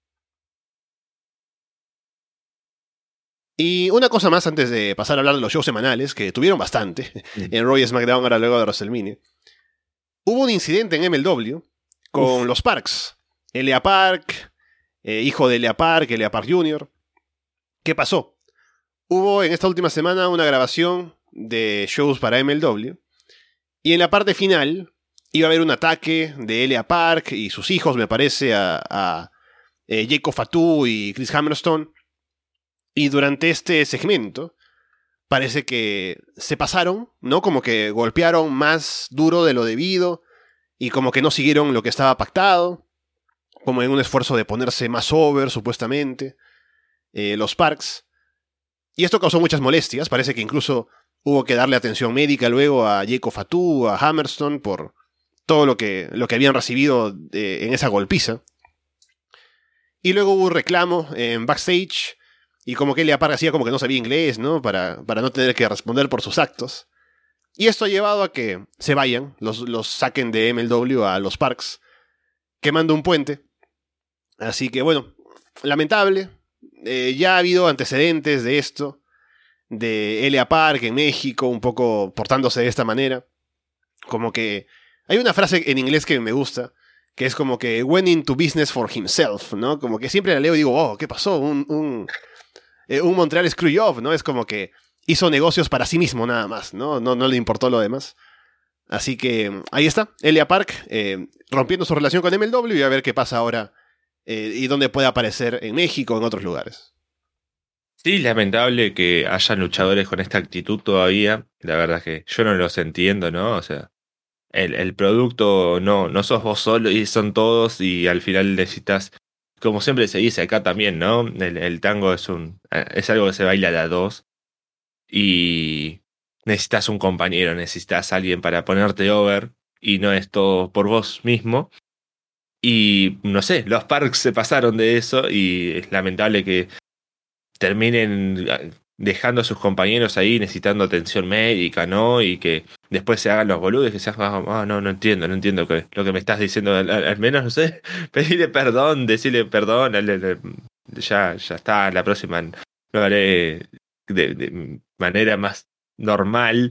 [SPEAKER 1] Y una cosa más antes de pasar a hablar de los shows semanales, que tuvieron bastante en Raw y SmackDown ahora luego de WrestleMania. Hubo un incidente en MLW con los Parks. L.A. Park, hijo de L.A. Park, L.A. Park Jr. ¿Qué pasó? Hubo en esta última semana una grabación de shows para MLW. Y en la parte final iba a haber un ataque de L.A. Park y sus hijos, me parece, a Jacob Fatu y Chris Hammerstone. Y durante este segmento parece que se pasaron, ¿no? Como que golpearon más duro de lo debido y como que no siguieron lo que estaba pactado, como en un esfuerzo de ponerse más over, supuestamente, los Parks. Y esto causó muchas molestias, parece que incluso hubo que darle atención médica luego a Jacob Fatu, a Hammerstone, por todo lo que habían recibido en esa golpiza. Y luego hubo un reclamo en backstage. Y como que L.A. Park hacía como que no sabía inglés, ¿no? Para no tener que responder por sus actos. Y esto ha llevado a que se vayan, los saquen de MLW a los Parks, quemando un puente. Así que bueno, lamentable. ya ha habido antecedentes de esto, de Elia Park en México, un poco portándose de esta manera. Como que hay una frase en inglés que me gusta, que es como que went into business for himself, ¿no? Como que siempre la leo y digo, oh, ¿qué pasó? Un Montreal Screwjob, ¿no? Es como que hizo negocios para sí mismo nada más, ¿no? No le importó lo demás. Así que ahí está, Elia Park rompiendo su relación con MLW y a ver qué pasa ahora y dónde puede aparecer en México o en otros lugares.
[SPEAKER 2] Sí, lamentable que hayan luchadores con esta actitud todavía. La verdad es que yo no los entiendo, ¿no? O sea, el producto no sos vos solo y son todos y al final necesitas, como siempre se dice acá también, ¿no? El tango es algo que se baila de a dos y necesitas un compañero, necesitas alguien para ponerte over y no es todo por vos mismo. Y no sé, los Parks se pasaron de eso y es lamentable que terminen dejando a sus compañeros ahí necesitando atención médica, ¿no? Y que después se hagan los boludos y que se hagan, no entiendo lo que me estás diciendo, al menos, no sé, pedirle perdón, decirle perdón, ya está, la próxima lo haré de manera más normal,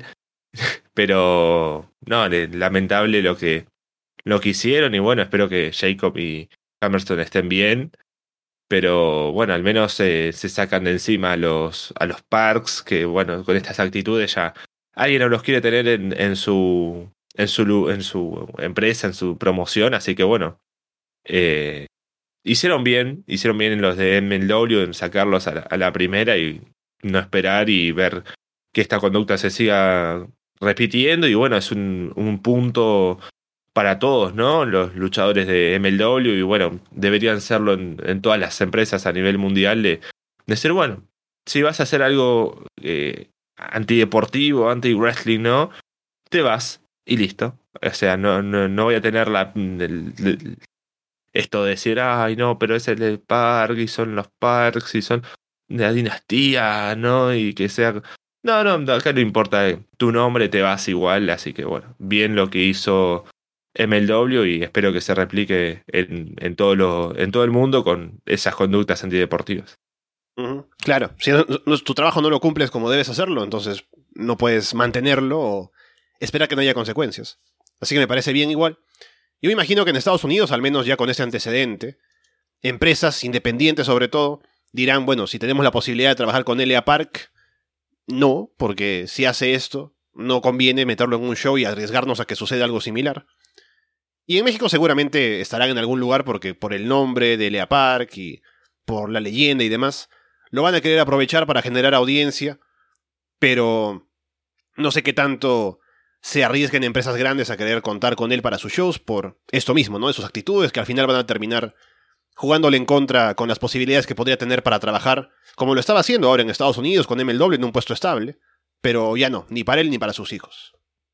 [SPEAKER 2] pero no, lamentable lo que hicieron y bueno, espero que Jacob y Hammerstone estén bien. Pero bueno, al menos se sacan de encima a los Parks, que bueno, con estas actitudes ya alguien no los quiere tener en su empresa, en su promoción, así que bueno, hicieron bien en los de MLW en sacarlos a la primera y no esperar y ver que esta conducta se siga repitiendo y bueno, es un punto para todos, ¿no? Los luchadores de MLW y bueno, deberían serlo en todas las empresas a nivel mundial de ser, bueno, si vas a hacer algo antideportivo, anti-wrestling, ¿no? Te vas y listo. O sea, no voy a tener esto de decir, ay, no, pero es el Park y son los Parks y son de la dinastía, ¿no? Y que sea... No, acá no importa tu nombre, te vas igual, así que bueno, bien lo que hizo MLW y espero que se replique en todo el mundo con esas conductas antideportivas.
[SPEAKER 1] Uh-huh. Claro, si tu trabajo no lo cumples como debes hacerlo, entonces no puedes mantenerlo o esperar que no haya consecuencias. Así que me parece bien igual. Yo me imagino que en Estados Unidos, al menos ya con este antecedente, empresas independientes sobre todo, dirán, bueno, si tenemos la posibilidad de trabajar con Elia Park, no, porque si hace esto, no conviene meterlo en un show y arriesgarnos a que suceda algo similar. Y en México seguramente estarán en algún lugar porque por el nombre de Elia Park y por la leyenda y demás, lo van a querer aprovechar para generar audiencia, pero no sé qué tanto se arriesguen empresas grandes a querer contar con él para sus shows por esto mismo, ¿no? De sus actitudes que al final van a terminar jugándole en contra con las posibilidades que podría tener para trabajar, como lo estaba haciendo ahora en Estados Unidos con MLW en un puesto estable, pero ya no, ni para él ni para sus hijos.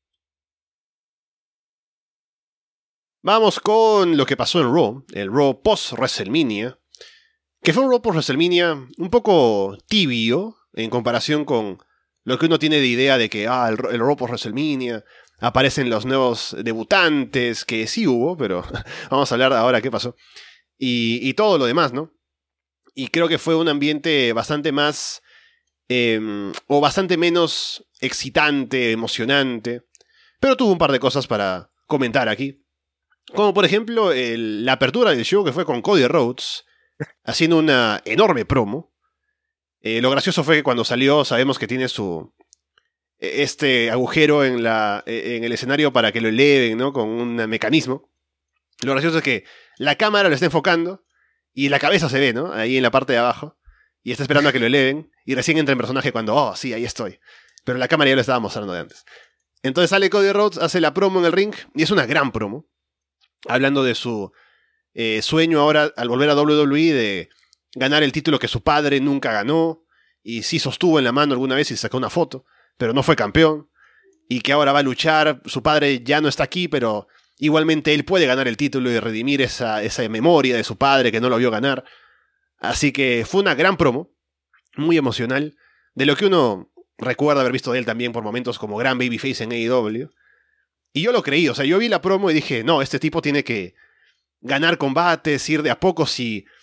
[SPEAKER 1] Vamos con lo que pasó en Raw, el Raw post-WrestleMania, que fue un Raw post-WrestleMania un poco tibio en comparación con lo que uno tiene de idea de que el Raw post-WrestleMania, aparecen los nuevos debutantes, que sí hubo, pero vamos a hablar ahora qué pasó, y todo lo demás, ¿no? Y creo que fue un ambiente bastante más, o bastante menos excitante, emocionante, pero tuvo un par de cosas para comentar aquí. Como por ejemplo la apertura del show que fue con Cody Rhodes haciendo una enorme promo. Lo gracioso fue que cuando salió sabemos que tiene este agujero en el escenario para que lo eleven, ¿no? Con un mecanismo. Lo gracioso es que la cámara lo está enfocando y la cabeza se ve, ¿no? Ahí en la parte de abajo. Y está esperando a que lo eleven y recién entra en personaje cuando, sí, ahí estoy. Pero la cámara ya lo estaba mostrando de antes. Entonces sale Cody Rhodes, hace la promo en el ring y es una gran promo. Hablando de su sueño ahora al volver a WWE de ganar el título que su padre nunca ganó y sí sostuvo en la mano alguna vez y sacó una foto, pero no fue campeón y que ahora va a luchar, su padre ya no está aquí, pero igualmente él puede ganar el título y redimir esa memoria de su padre que no lo vio ganar. Así que fue una gran promo, muy emocional, de lo que uno recuerda haber visto de él también por momentos como gran babyface en AEW. Y yo lo creí, o sea, yo vi la promo y dije, no, este tipo tiene que ganar combates, ir de a poco si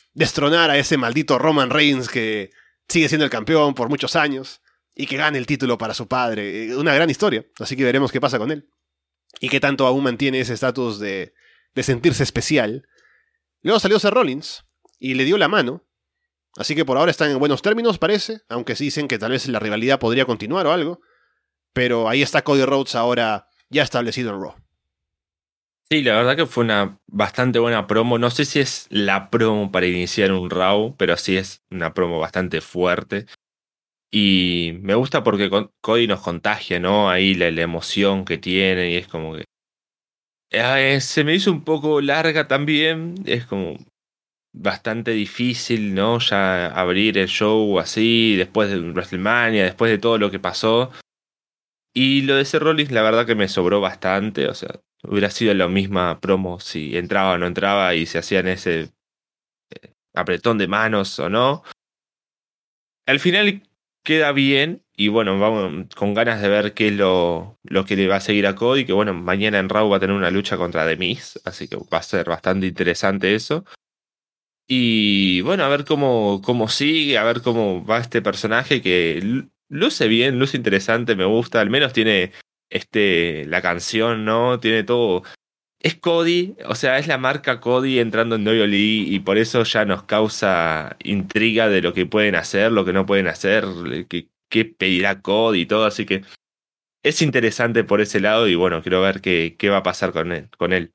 [SPEAKER 1] destronar a ese maldito Roman Reigns que sigue siendo el campeón por muchos años y que gane el título para su padre. Una gran historia, así que veremos qué pasa con él. Y qué tanto aún mantiene ese estatus de sentirse especial. Luego salió Seth Rollins y le dio la mano. Así que por ahora están en buenos términos, parece. Aunque sí dicen que tal vez la rivalidad podría continuar o algo. Pero ahí está Cody Rhodes ahora ya establecido en Raw.
[SPEAKER 2] Sí, la verdad que fue una bastante buena promo. No sé si es la promo para iniciar un Raw, pero sí es una promo bastante fuerte. Y me gusta porque Cody nos contagia, ¿no? Ahí la emoción que tiene y es como que... se me hizo un poco larga también. Es como bastante difícil, ¿no? Ya abrir el show así, después de WrestleMania, después de todo lo que pasó. Y lo de Seth Rollins, la verdad que me sobró bastante. O sea, hubiera sido la misma promo si entraba o no entraba y se hacían ese apretón de manos o no. Al final queda bien y bueno, vamos con ganas de ver qué es lo que le va a seguir a Cody, que bueno, mañana en Raw va a tener una lucha contra The Miz, así que va a ser bastante interesante eso. Y bueno, a ver cómo sigue, a ver cómo va este personaje que luce bien, luce interesante, me gusta, al menos tiene la canción, ¿no? Tiene todo. Es Cody, o sea, es la marca Cody entrando en WWE y por eso ya nos causa intriga de lo que pueden hacer, lo que no pueden hacer, qué pedirá Cody y todo, así que es interesante por ese lado y bueno, quiero ver qué va a pasar con él.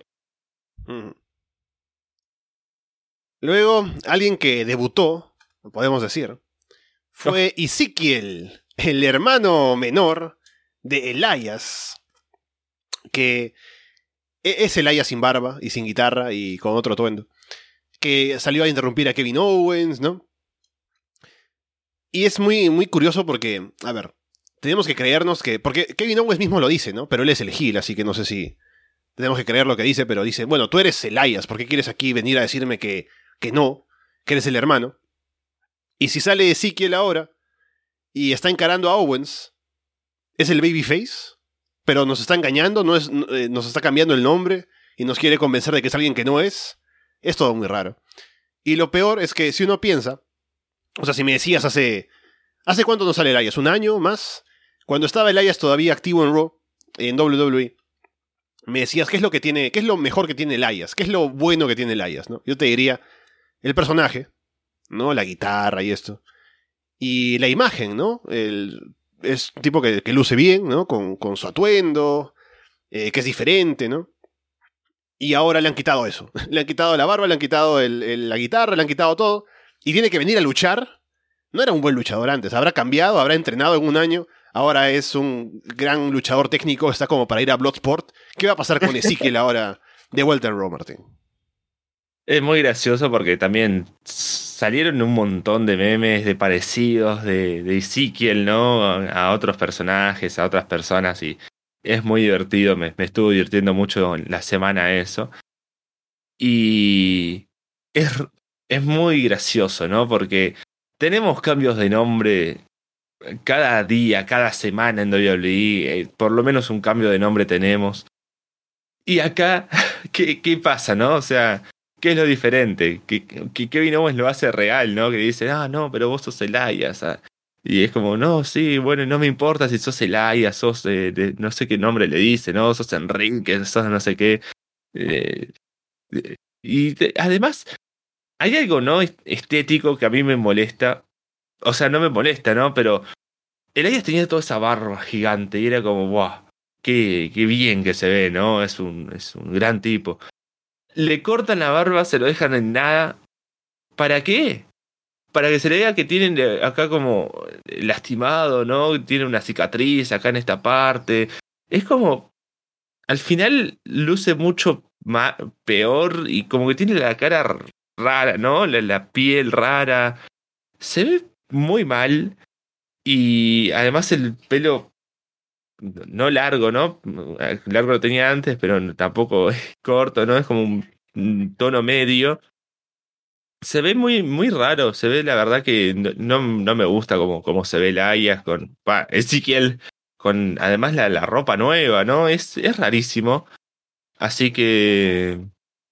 [SPEAKER 1] Luego, alguien que debutó, podemos decir, fue Ezekiel, el hermano menor de Elias, que es Elias sin barba y sin guitarra y con otro atuendo, que salió a interrumpir a Kevin Owens, ¿no? Y es muy, muy curioso porque, a ver, tenemos que creernos que... Porque Kevin Owens mismo lo dice, ¿no? Pero él es el heel, así que no sé si tenemos que creer lo que dice, pero dice, bueno, tú eres Elias, ¿por qué quieres aquí venir a decirme que no, que eres el hermano? Y si sale Ezekiel ahora y está encarando a Owens, ¿es el babyface? Pero nos está engañando, nos está cambiando el nombre y nos quiere convencer de que es alguien que no es. Es todo muy raro. Y lo peor es que si uno piensa, o sea, si me decías ¿hace cuánto no sale Elias? ¿Un año más? Cuando estaba Elias todavía activo en Raw, en WWE, me decías qué es lo mejor que tiene Elias, qué es lo bueno que tiene Elias, ¿no? Yo te diría el personaje, ¿no? La guitarra y esto. Y la imagen, ¿no? Es un tipo que luce bien, ¿no? Con su atuendo, que es diferente, ¿no? Y ahora le han quitado eso. Le han quitado la barba, le han quitado la guitarra, le han quitado todo. Y tiene que venir a luchar. No era un buen luchador antes. Habrá cambiado, habrá entrenado en un año. Ahora es un gran luchador técnico. Está como para ir a Bloodsport. ¿Qué va a pasar con Ezekiel ahora de vuelta en Raw, Martín?
[SPEAKER 2] Es muy gracioso porque también salieron un montón de memes de parecidos de Ezekiel, ¿no? A otros personajes, a otras personas y es muy divertido. Me estuvo divirtiendo mucho la semana eso. Y es muy gracioso, ¿no? Porque tenemos cambios de nombre cada día, cada semana en WWE. Por lo menos un cambio de nombre tenemos. Y acá, ¿qué pasa, no? O sea, ¿qué es lo diferente? Que Kevin Owens lo hace real, ¿no? Que dice, no, pero vos sos Elias. Y es como, no, sí, bueno, no me importa si sos Elias, sos no sé qué nombre le dice, ¿no? Sos Enrique, sos no sé qué. Además, hay algo, ¿no? Estético que a mí me molesta. O sea, no me molesta, ¿no? Pero Elias tenía toda esa barba gigante y era como, ¡wow! Qué bien que se ve, ¿no? Es un gran tipo. Le cortan la barba, se lo dejan en nada. ¿Para qué? Para que se le vea que tienen acá como lastimado, ¿no? Tiene una cicatriz acá en esta parte. Es como... Al final luce mucho peor y como que tiene la cara rara, ¿no? La piel rara. Se ve muy mal. Y además el pelo no largo, ¿no? Largo lo tenía antes, pero tampoco es corto, ¿no? Es como un tono medio. Se ve muy, muy raro. Se ve, la verdad, que no me gusta como se ve Elias con Ezekiel, con además la ropa nueva, ¿no? Es rarísimo. Así que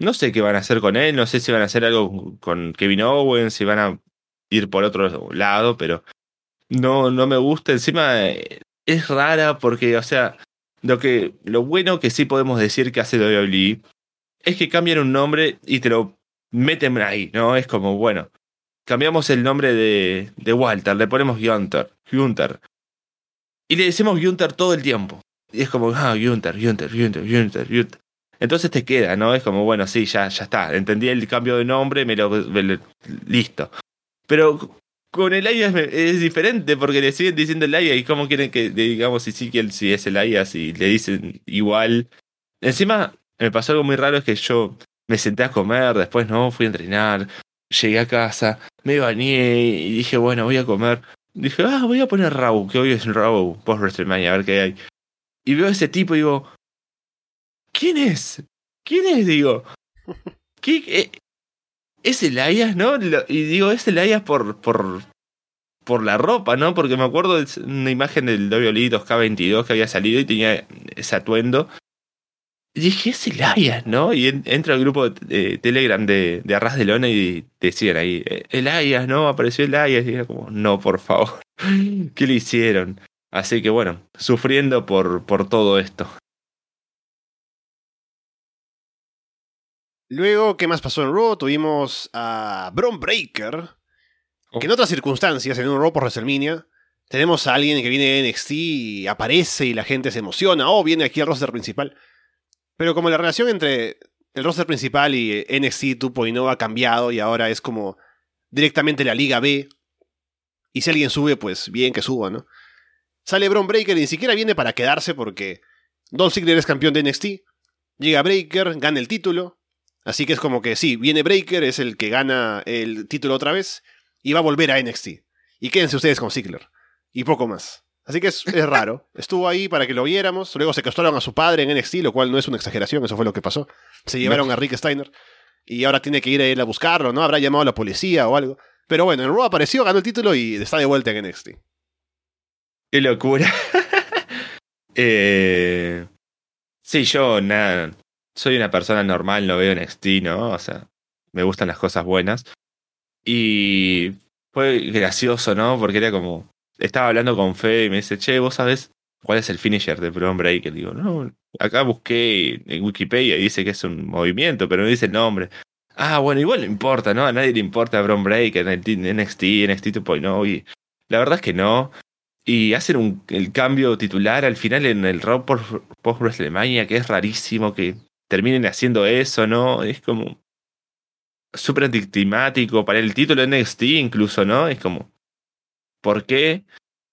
[SPEAKER 2] no sé qué van a hacer con él, no sé si van a hacer algo con Kevin Owens, si van a ir por otro lado, pero no me gusta. Encima es rara porque, o sea, lo bueno que sí podemos decir que hace WWE es que cambian un nombre y te lo meten ahí, ¿no? Es como, bueno, cambiamos el nombre de Walter, le ponemos Gunther. Y le decimos Gunther todo el tiempo. Y es como, Gunther. Entonces te queda, ¿no? Es como, bueno, sí, ya está. Entendí el cambio de nombre, listo. Pero con Elias es diferente porque le siguen diciendo Elias. ¿Y cómo quieren que le digamos si es Elias y le dicen igual? Encima, me pasó algo muy raro, es que yo me senté a comer, después no, fui a entrenar, llegué a casa, me bañé y dije, bueno, voy a comer. Dije, voy a poner Raw, que hoy es un Raw post WrestleMania, a ver qué hay. Y veo a ese tipo y digo, ¿quién es? ¿Quién es? Digo, ¿qué? ¿Es Elias, no? Y digo, es Elias por la ropa, ¿no? Porque me acuerdo de una imagen del WWE 2K22 que había salido y tenía ese atuendo. Y dije, es Elias, ¿no? Y entro al grupo de Telegram de Arras de Lona y decían ahí, Elias, ¿no? Apareció Elias. Y era como, no, por favor. ¿Qué le hicieron? Así que bueno, sufriendo por todo esto.
[SPEAKER 1] Luego, ¿qué más pasó en Raw? Tuvimos a Bron Breakker, que en otras circunstancias, en un Raw por WrestleMania, tenemos a alguien que viene de NXT y aparece y la gente se emociona, viene aquí al roster principal. Pero como la relación entre el roster principal y NXT 2.0 ha cambiado y ahora es como directamente la Liga B, y si alguien sube, pues bien que suba, ¿no? Sale Bron Breakker y ni siquiera viene para quedarse porque Dolph Ziggler es campeón de NXT, llega Breakker, gana el título, así que es como que sí, viene Breakker, es el que gana el título otra vez, y va a volver a NXT. Y quédense ustedes con Ziggler. Y poco más. Así que es raro. Estuvo ahí para que lo viéramos. Luego secuestraron a su padre en NXT, lo cual no es una exageración, eso fue lo que pasó. Se llevaron a Rick Steiner y ahora tiene que ir a él a buscarlo, ¿no? Habrá llamado a la policía o algo. Pero bueno, en Raw apareció, ganó el título y está de vuelta en NXT.
[SPEAKER 2] ¡Qué locura! Sí, yo nada. Soy una persona normal, no veo NXT, ¿no? O sea, me gustan las cosas buenas. Y fue gracioso, ¿no? Porque era como... Estaba hablando con Fe y me dice, che, ¿vos sabés cuál es el finisher de Bron Breakker? Digo, no, acá busqué en Wikipedia y dice que es un movimiento, pero no dice el nombre. Bueno, igual no importa, ¿no? A nadie le importa Bron Breakker en NXT 2.0. Y la verdad es que no. Y hacen el cambio titular al final en el Raw post WrestleMania, que es rarísimo que terminen haciendo eso, ¿no? Es como súper anticlimático para el título de NXT incluso, ¿no? Es como, ¿por qué?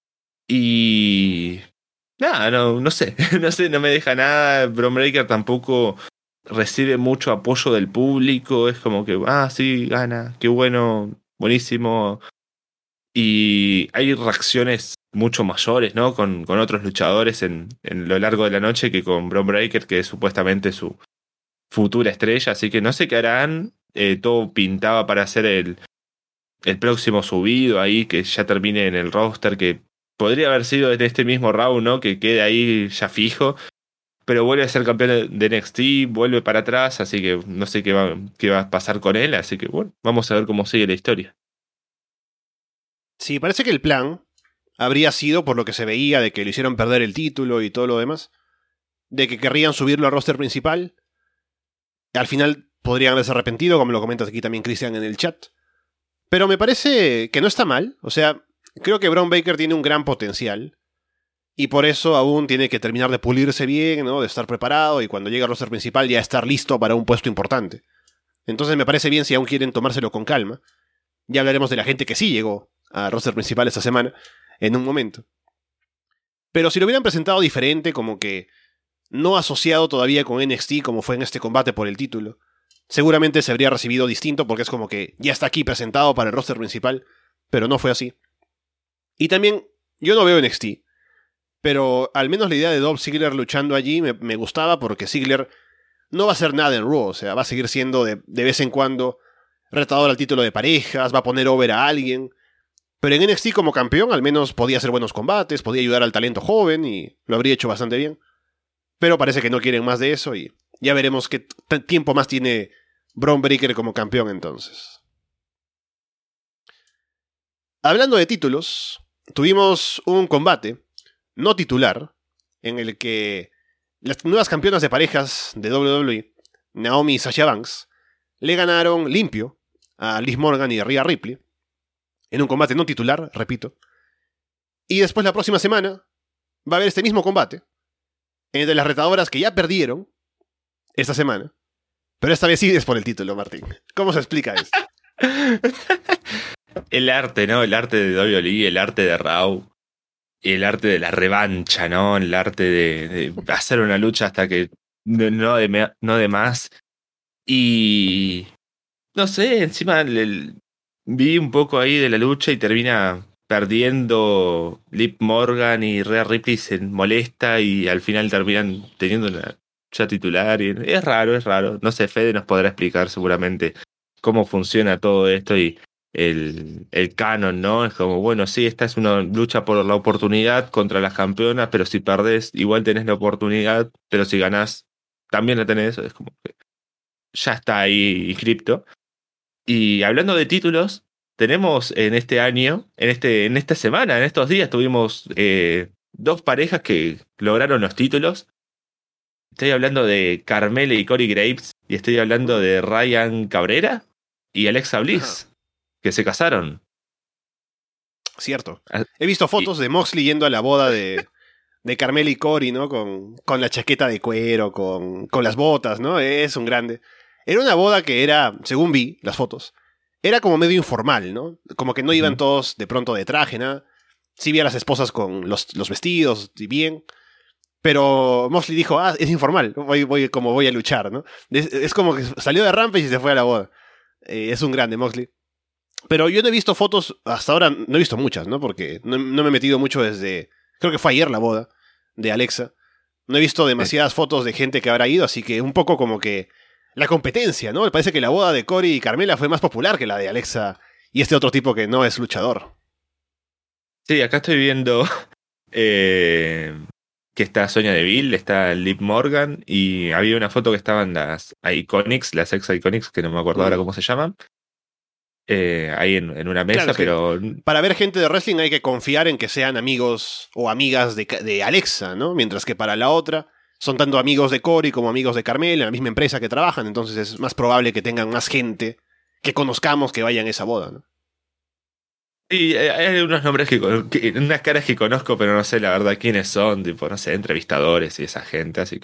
[SPEAKER 2] Y nada, no sé, no me deja nada. Bron Breakker tampoco recibe mucho apoyo del público. Es como que, sí, gana, qué bueno, buenísimo. Y hay reacciones mucho mayores, ¿no? Con otros luchadores en lo largo de la noche que con Bron Breakker, que es supuestamente su futura estrella. Así que no sé qué harán. Todo pintaba para hacer el próximo subido ahí, que ya termine en el roster, que podría haber sido en este mismo round, ¿no? Que quede ahí ya fijo. Pero vuelve a ser campeón de NXT, vuelve para atrás, así que no sé qué va a pasar con él. Así que bueno, vamos a ver cómo sigue la historia.
[SPEAKER 1] Sí, parece que el plan habría sido, por lo que se veía, de que le hicieron perder el título y todo lo demás, de que querrían subirlo al roster principal. Al final podrían haberse arrepentido, como lo comentas aquí también Cristian en el chat. Pero me parece que no está mal. O sea, creo que Bron Breakker tiene un gran potencial. Y por eso aún tiene que terminar de pulirse bien, ¿no? De estar preparado y cuando llegue al roster principal ya estar listo para un puesto importante. Entonces me parece bien si aún quieren tomárselo con calma. Ya hablaremos de la gente que sí llegó al roster principal esta semana en un momento. Pero si lo hubieran presentado diferente, como que no asociado todavía con NXT como fue en este combate por el título, seguramente se habría recibido distinto porque es como que ya está aquí presentado para el roster principal, pero no fue así. Y también, yo no veo NXT, pero al menos la idea de Dolph Ziggler luchando allí me gustaba porque Ziggler no va a hacer nada en Raw, o sea, va a seguir siendo de vez en cuando retador al título de parejas, va a poner over a alguien, pero en NXT como campeón al menos podía hacer buenos combates, podía ayudar al talento joven y lo habría hecho bastante bien. Pero parece que no quieren más de eso y ya veremos qué tiempo más tiene Bron Breakker como campeón entonces. Hablando de títulos, tuvimos un combate no titular en el que las nuevas campeonas de parejas de WWE, Naomi y Sasha Banks, le ganaron limpio a Liv Morgan y Rhea Ripley en un combate no titular, repito. Y después la próxima semana va a haber este mismo combate entre las retadoras que ya perdieron esta semana, pero esta vez sí es por el título, Martín. ¿Cómo se explica eso?
[SPEAKER 2] El arte, ¿no? El arte de WWE, el arte de Raw, el arte de la revancha, ¿no? El arte de hacer una lucha hasta que no de más. Y no sé, encima vi un poco ahí de la lucha y termina perdiendo Liv Morgan y Rhea Ripley se molesta y al final terminan teniendo una lucha titular. Y es raro. No sé, Fede nos podrá explicar seguramente cómo funciona todo esto y el canon, ¿no? Es como, bueno, sí, esta es una lucha por la oportunidad contra las campeonas, pero si perdés, igual tenés la oportunidad, pero si ganás, también la tenés. Es como que ya está ahí inscripto. Y hablando de títulos, tenemos en este año, en esta semana, en estos días, tuvimos dos parejas que lograron los títulos. Estoy hablando de Carmella y Corey Graves, y estoy hablando de Ryan Cabrera y Alexa Bliss, que se casaron.
[SPEAKER 1] Cierto. He visto fotos de Moxley yendo a la boda de Carmella y Corey, ¿no? Con la chaqueta de cuero, con las botas, ¿no? Es un grande. Era una boda que era, según vi las fotos, era como medio informal, ¿no? Como que no iban todos de pronto de traje, nada. Sí vi a las esposas con los vestidos y bien. Pero Moxley dijo, es informal, voy a luchar, ¿no? Es como que salió de Rampage y se fue a la boda. Es un grande Moxley. Pero yo no he visto fotos, hasta ahora no he visto muchas, ¿no? Porque no me he metido mucho desde... Creo que fue ayer la boda de Alexa. No he visto demasiadas fotos de gente que habrá ido, así que un poco como que la competencia, ¿no? Me parece que la boda de Corey y Carmella fue más popular que la de Alexa y este otro tipo que no es luchador.
[SPEAKER 2] Sí, acá estoy viendo que está Sonya Deville, está Liv Morgan y había una foto que estaban las Iconics, las ex Iconics, que no me acuerdo ahora cómo se llaman. Ahí en una mesa,
[SPEAKER 1] claro,
[SPEAKER 2] pero...
[SPEAKER 1] Para ver gente de wrestling hay que confiar en que sean amigos o amigas de Alexa, ¿no? Mientras que para la otra son tanto amigos de Corey como amigos de Carmella, en la misma empresa que trabajan, entonces es más probable que tengan más gente que conozcamos que vayan a esa boda, ¿no?
[SPEAKER 2] Sí, hay unos nombres unas caras que conozco, pero no sé la verdad quiénes son, tipo, no sé, entrevistadores y esa gente, así que...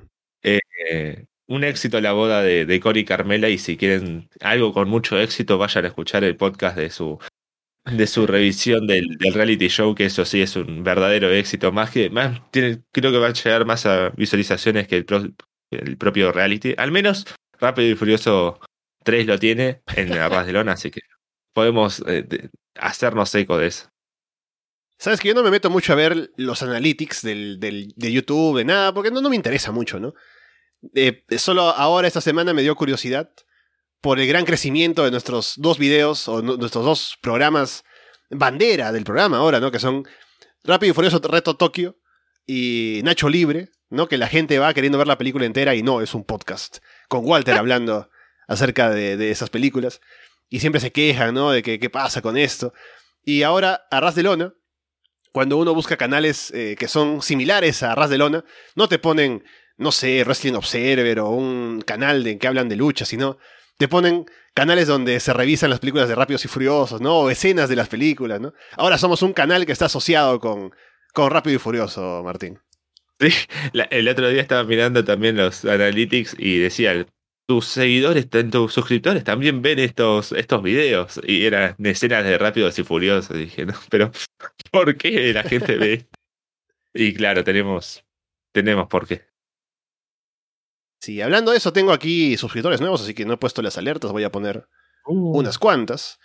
[SPEAKER 2] un éxito la boda de Corey y Carmella, y si quieren algo con mucho éxito, vayan a escuchar el podcast de su revisión del reality show, que eso sí es un verdadero éxito, creo que va a llegar más a visualizaciones que el propio reality, al menos Rápido y Furioso 3 lo tiene en la Ras de Lona, así que podemos hacernos eco de eso.
[SPEAKER 1] Sabes que yo no me meto mucho a ver los analytics de YouTube, de nada, porque no me interesa mucho, ¿no? Solo ahora esta semana me dio curiosidad por el gran crecimiento de nuestros dos videos o nuestros dos programas bandera del programa ahora, ¿no? Que son Rápido y Furioso Reto Tokio y Nacho Libre, ¿no? Que la gente va queriendo ver la película entera y no, es un podcast con Walter hablando acerca de esas películas y siempre se quejan, ¿no? De que qué pasa con esto. Y ahora a Ras de Lona, cuando uno busca canales que son similares a Ras de Lona, no te ponen, no sé, Wrestling Observer o un canal que hablan de lucha, sino te ponen canales donde se revisan las películas de Rápidos y Furiosos, ¿no? O escenas de las películas, ¿no? Ahora somos un canal que está asociado con Rápido y Furioso, Martín.
[SPEAKER 2] Sí, el otro día estaba mirando también los analytics y decía, tus seguidores, tus suscriptores también ven estos videos, y eran escenas de Rápidos y Furiosos. Y dije, no, pero ¿por qué la gente ve? Y claro, tenemos por qué.
[SPEAKER 1] Sí, hablando de eso, tengo aquí suscriptores nuevos, así que no he puesto las alertas, voy a poner unas cuantas.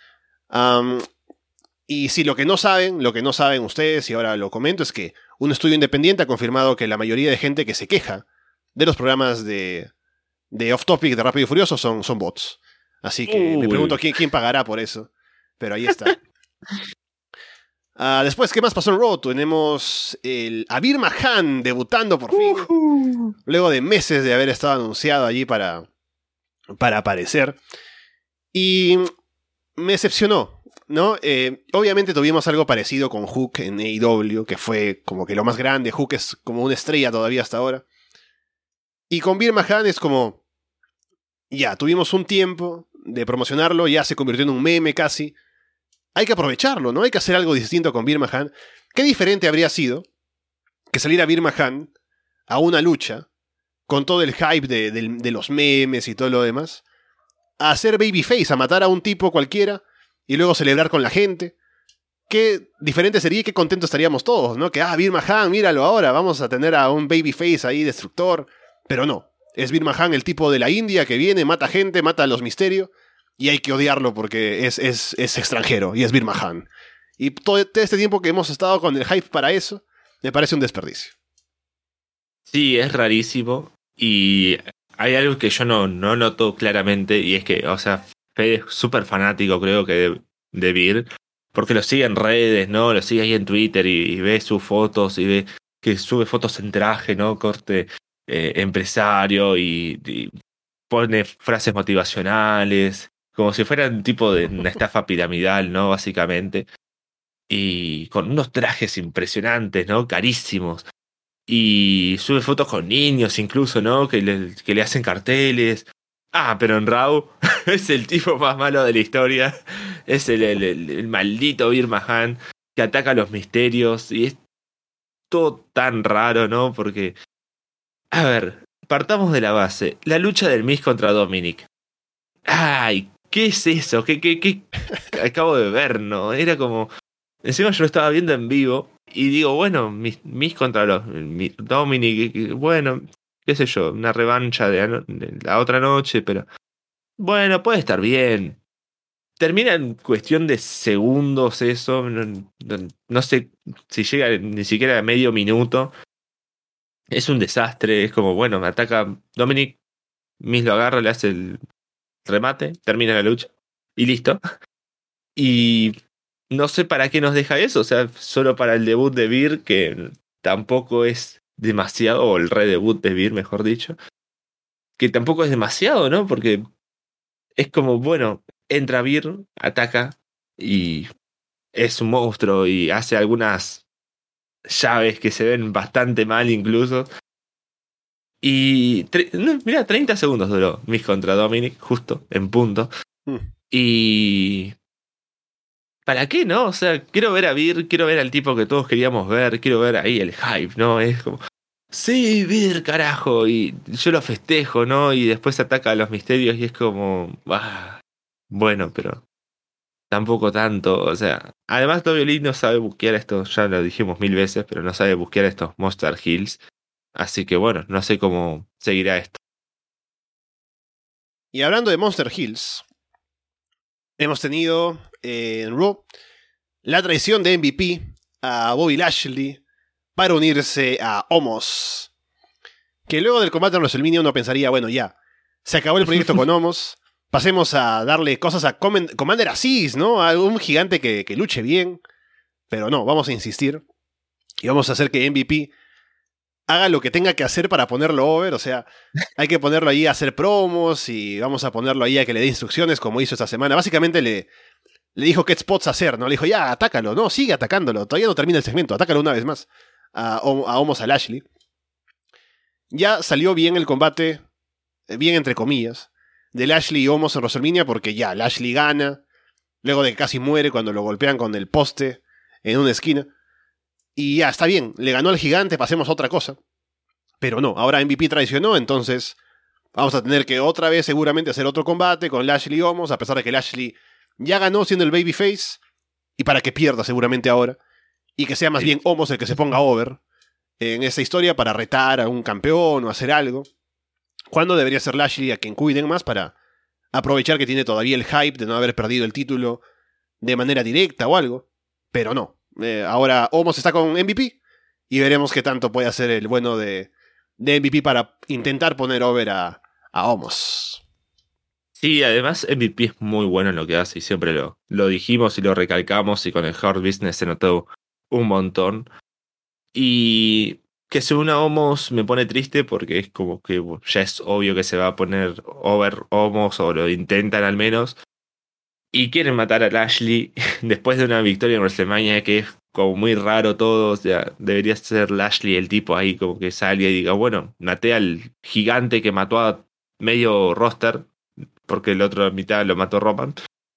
[SPEAKER 1] Y si lo que no saben ustedes, y ahora lo comento, es que un estudio independiente ha confirmado que la mayoría de gente que se queja de los programas de Off Topic de Rápido y Furioso son bots. Así que me pregunto quién pagará por eso. Pero ahí está. Después, ¿qué más pasó en Raw? Tenemos a Veer Mahaan debutando por fin. Luego de meses de haber estado anunciado allí para para aparecer. Y me decepcionó, ¿no? Obviamente tuvimos algo parecido con Hook en AEW, que fue como que lo más grande. Hook es como una estrella todavía hasta ahora. Y con Veer Mahaan es como... Ya, tuvimos un tiempo de promocionarlo, ya se convirtió en un meme casi. Hay que aprovecharlo, ¿no? Hay que hacer algo distinto con Veer Mahaan. ¿Qué diferente habría sido que saliera Veer Mahaan a una lucha con todo el hype de los memes y todo lo demás, a hacer babyface, a matar a un tipo cualquiera y luego celebrar con la gente? Qué diferente sería y qué contentos estaríamos todos, ¿no? Que, Veer Mahaan, míralo ahora, vamos a tener a un babyface ahí destructor. Pero no, es Veer Mahaan, el tipo de la India que viene, mata gente, mata a los Misterios, y hay que odiarlo porque es extranjero y es Veer Mahaan. Y todo este tiempo que hemos estado con el hype para eso, me parece un desperdicio.
[SPEAKER 2] Sí, es rarísimo. Y hay algo que yo no noto claramente, y es que, o sea, Fede es súper fanático, creo que de Veer, porque lo sigue en redes, ¿no? Lo sigue ahí en Twitter y ve sus fotos y ve que sube fotos en traje, ¿no? Corte empresario y pone frases motivacionales, como si fuera un tipo de una estafa piramidal, ¿no? Básicamente. Y con unos trajes impresionantes, ¿no? Carísimos. Y sube fotos con niños incluso, ¿no? Que le hacen carteles. Pero en Raw es el tipo más malo de la historia. Es el maldito Veer Mahaan que ataca a los Misterios. Y es todo tan raro, ¿no? Porque, a ver, partamos de la base. La lucha del Miz contra Dominic. Ay, ¿qué es eso? ¿Qué acabo de ver, no? Era como... Encima yo lo estaba viendo en vivo y digo, bueno, mis contra los Dominic, bueno, qué sé yo, una revancha de la otra noche, pero bueno, puede estar bien. Termina en cuestión de segundos eso, no sé si llega ni siquiera a medio minuto. Es un desastre, es como, bueno, me ataca Dominic, Miz lo agarra, le hace el remate, termina la lucha y listo. Y no sé para qué nos deja eso, o sea, solo para el debut de Veer, que tampoco es demasiado, o el redebut de Veer, mejor dicho, que tampoco es demasiado, ¿no? Porque es como, bueno, entra Veer, ataca y es un monstruo y hace algunas llaves que se ven bastante mal incluso. Y mira, 30 segundos duró Miz contra Dominic, justo, en punto. Y... ¿Para qué, no? O sea, quiero ver a Veer, quiero ver al tipo que todos queríamos ver, quiero ver ahí el hype, ¿no? Es como, sí, Veer, carajo, y yo lo festejo, ¿no? Y después ataca a los Misterios y es como, bueno, pero tampoco tanto, o sea, además Toby Lee no sabe buquear esto, ya lo dijimos 1000 veces, pero no sabe buquear estos Monster Hills, así que bueno, no sé cómo seguirá esto.
[SPEAKER 1] Y hablando de Monster Hills, hemos tenido en Raw la traición de MVP a Bobby Lashley para unirse a Omos. Que luego del combate en WrestleMania uno pensaría, bueno, ya, se acabó el proyecto con Omos, pasemos a darle cosas a Commander Aziz, ¿no? A un gigante que luche bien. Pero no, vamos a insistir y vamos a hacer que MVP haga lo que tenga que hacer para ponerlo over. O sea, hay que ponerlo ahí a hacer promos y vamos a ponerlo ahí a que le dé instrucciones como hizo esta semana. Básicamente le dijo qué spots hacer, ¿no? Le dijo, ya, atácalo, no, sigue atacándolo, todavía no termina el segmento, atácalo una vez más a Omos, a Lashley. Ya salió bien el combate, bien entre comillas, de Lashley y Omos en WrestleMania porque ya, Lashley gana, luego de que casi muere cuando lo golpean con el poste en una esquina. Y ya, está bien, le ganó al gigante, pasemos a otra cosa. Pero no, ahora MVP traicionó, entonces vamos a tener que otra vez seguramente hacer otro combate con Lashley y Omos, a pesar de que Lashley ya ganó siendo el babyface, y para que pierda seguramente ahora, y que sea más bien Omos el que se ponga over en esa historia para retar a un campeón o hacer algo, cuando debería ser Lashley a quien cuiden más para aprovechar que tiene todavía el hype de no haber perdido el título de manera directa o algo, pero no. Ahora Omos está con MVP y veremos qué tanto puede hacer el bueno de MVP para intentar poner over a Omos.
[SPEAKER 2] Sí, además MVP es muy bueno en lo que hace y siempre lo dijimos y lo recalcamos y con el Hard Business se notó un montón. Y Que se una Omos me pone triste porque es como que ya es obvio que se va a poner over Omos, o lo intentan al menos. Y quieren matar a Lashley después de una victoria en WrestleMania, que es como muy raro todo. O sea, debería ser Lashley el tipo ahí como que salga y diga, bueno, maté al gigante que mató a medio roster, porque el otro mitad lo mató Roman.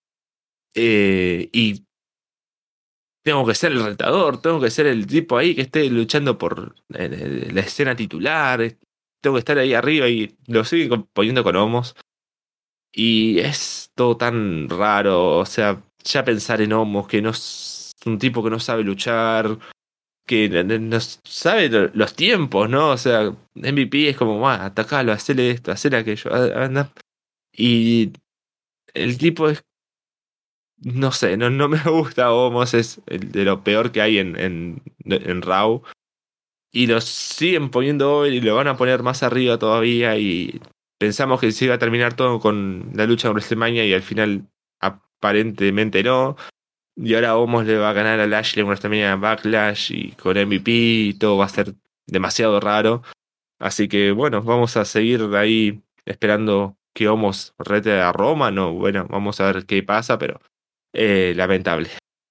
[SPEAKER 2] Y tengo que ser el retador, tengo que ser el tipo ahí que esté luchando por la escena titular. Tengo que estar ahí arriba y lo siguen poniendo con Homos. Y es todo tan raro. O sea, ya pensar en Homos, que no es un tipo que no sabe luchar, que no sabe los tiempos, ¿no? O sea, MVP es como, atacalo, hacele esto, hacele aquello, anda. Y el tipo es, no sé, no me gusta Homos, es de lo peor que hay en Raw. Y lo siguen poniendo hoy y lo van a poner más arriba todavía. Y pensamos que se iba a terminar todo con la lucha en WrestleMania y al final aparentemente no. Y ahora Homos le va a ganar a Lashley en WrestleMania Backlash y con MVP y todo va a ser demasiado raro. Así que bueno, vamos a seguir ahí esperando que Homos rete a Roma. No, bueno, vamos a ver qué pasa, pero lamentable.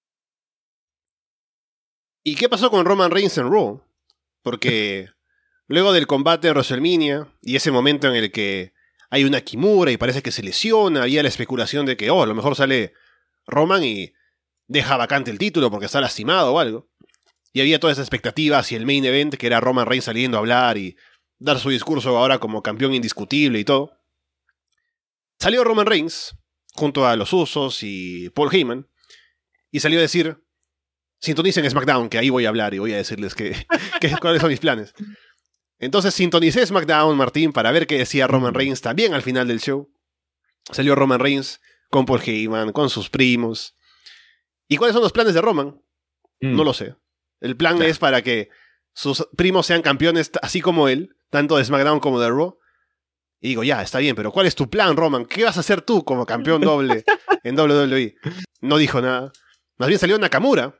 [SPEAKER 1] ¿Y qué pasó con Roman Reigns en Raw? Porque luego del combate de WrestleMania y ese momento en el que hay una Kimura y parece que se lesiona, había la especulación de que, a lo mejor sale Roman y deja vacante el título porque está lastimado o algo. Y había toda esa expectativa hacia el main event, que era Roman Reigns saliendo a hablar y dar su discurso ahora como campeón indiscutible y todo. Salió Roman Reigns, junto a los Usos y Paul Heyman, y salió a decir: sintonicen SmackDown, que ahí voy a hablar y voy a decirles cuáles son mis planes. Entonces sintonicé SmackDown, Martín, para ver qué decía Roman Reigns también al final del show. Salió Roman Reigns con Paul Heyman, con sus primos. ¿Y cuáles son los planes de Roman? No lo sé. El plan es para que sus primos sean campeones así como él, tanto de SmackDown como de Raw. Y digo, ya, está bien, pero ¿cuál es tu plan, Roman? ¿Qué vas a hacer tú como campeón doble en WWE? No dijo nada. Más bien salió Nakamura.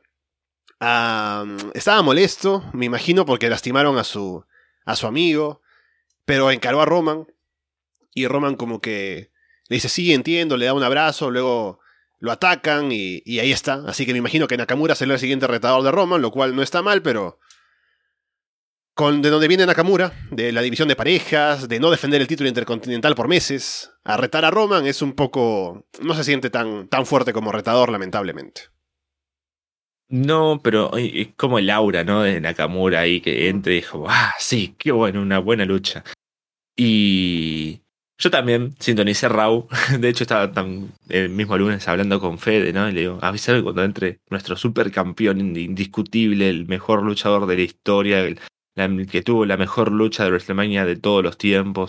[SPEAKER 1] Estaba molesto, me imagino, porque lastimaron a su amigo, pero encaró a Roman. Y Roman como que le dice, sí, entiendo, le da un abrazo, luego lo atacan y ahí está. Así que me imagino que Nakamura será el siguiente retador de Roman, lo cual no está mal, pero de donde viene Nakamura, de la división de parejas, de no defender el título intercontinental por meses, a retar a Roman es un poco... no se siente tan fuerte como retador, lamentablemente.
[SPEAKER 2] No, pero es como el aura, ¿no? De Nakamura ahí que entra y dijo, sí, qué bueno, una buena lucha. Y yo también sintonicé Raw. De hecho, estaba el mismo lunes hablando con Fede, ¿no? Y le digo, avísame cuando entre nuestro supercampeón indiscutible, el mejor luchador de la historia, el que tuvo la mejor lucha de WrestleMania de todos los tiempos.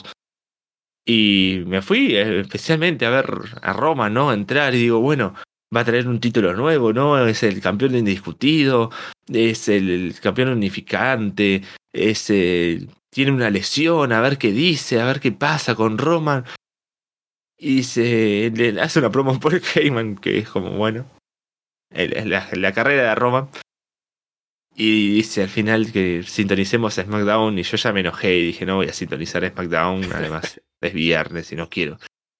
[SPEAKER 2] Y me fui especialmente a ver a Roma, ¿no? Entrar y digo, bueno, va a traer un título nuevo, ¿no? Es el campeón indiscutido, es el campeón unificante, tiene una lesión, a ver qué dice, a ver qué pasa con Roman. Y le hace una promo por Heyman, que es como, bueno, la carrera de Roman. Y dice al final que sintonicemos a SmackDown y yo ya me enojé y dije, no voy a sintonizar a SmackDown, además es viernes y no quiero.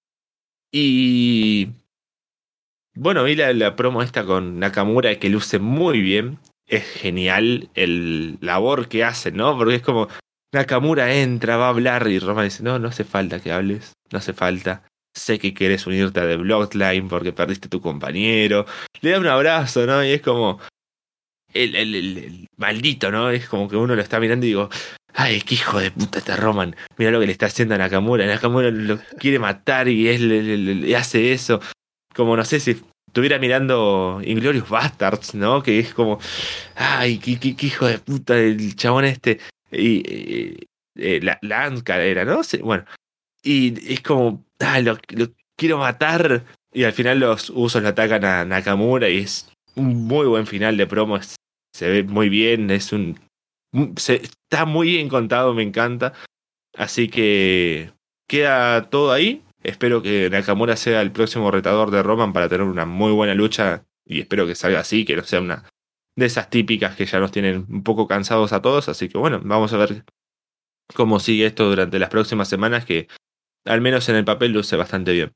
[SPEAKER 2] Y bueno, vi la promo esta con Nakamura que luce muy bien. Es genial el labor que hace, ¿no? Porque es como Nakamura entra, va a hablar y Roman dice, no hace falta que hables, no hace falta. Sé que querés unirte a The Bloodline porque perdiste a tu compañero. Le da un abrazo, ¿no? Y es como el maldito, ¿no? Es como que uno lo está mirando y digo, ay, qué hijo de puta este Roman. Mira lo que le está haciendo a Nakamura. Nakamura lo quiere matar y él le hace eso. Como no sé si estuviera mirando Inglourious Basterds, ¿no? Que es como, ay, qué hijo de puta el chabón este. Y la Anka era, ¿no? Bueno, y es como, lo quiero matar. Y al final los usos lo atacan a Nakamura y es un muy buen final de promo. Se ve muy bien, está muy bien contado, me encanta. Así que queda todo ahí. Espero que Nakamura sea el próximo retador de Roman para tener una muy buena lucha. Y espero que salga así, que no sea una de esas típicas que ya nos tienen un poco cansados a todos. Así que bueno, vamos a ver cómo sigue esto durante las próximas semanas, que al menos en el papel luce bastante bien.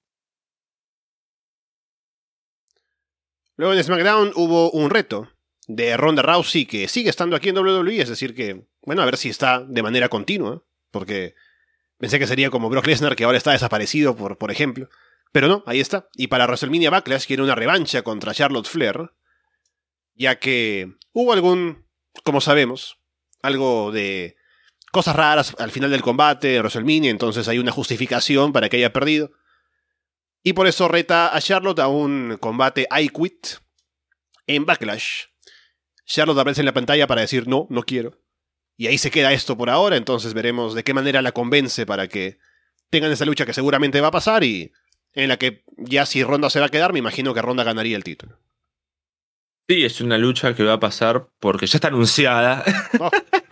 [SPEAKER 1] Luego en SmackDown hubo un reto de Ronda Rousey que sigue estando aquí en WWE, es decir que, bueno, a ver si está de manera continua, porque pensé que sería como Brock Lesnar, que ahora está desaparecido, por ejemplo. Pero no, ahí está. Y para WrestleMania Backlash quiere una revancha contra Charlotte Flair, ya que hubo como sabemos, algo de cosas raras al final del combate en WrestleMania, entonces hay una justificación para que haya perdido. Y por eso reta a Charlotte a un combate I Quit en Backlash. Charlotte aparece en la pantalla para decir no, no quiero. Y ahí se queda esto por ahora, entonces veremos de qué manera la convence para que tengan esa lucha que seguramente va a pasar y en la que ya si Ronda se va a quedar, me imagino que Ronda ganaría el título.
[SPEAKER 2] Sí, es una lucha que va a pasar porque ya está anunciada.
[SPEAKER 1] Oh.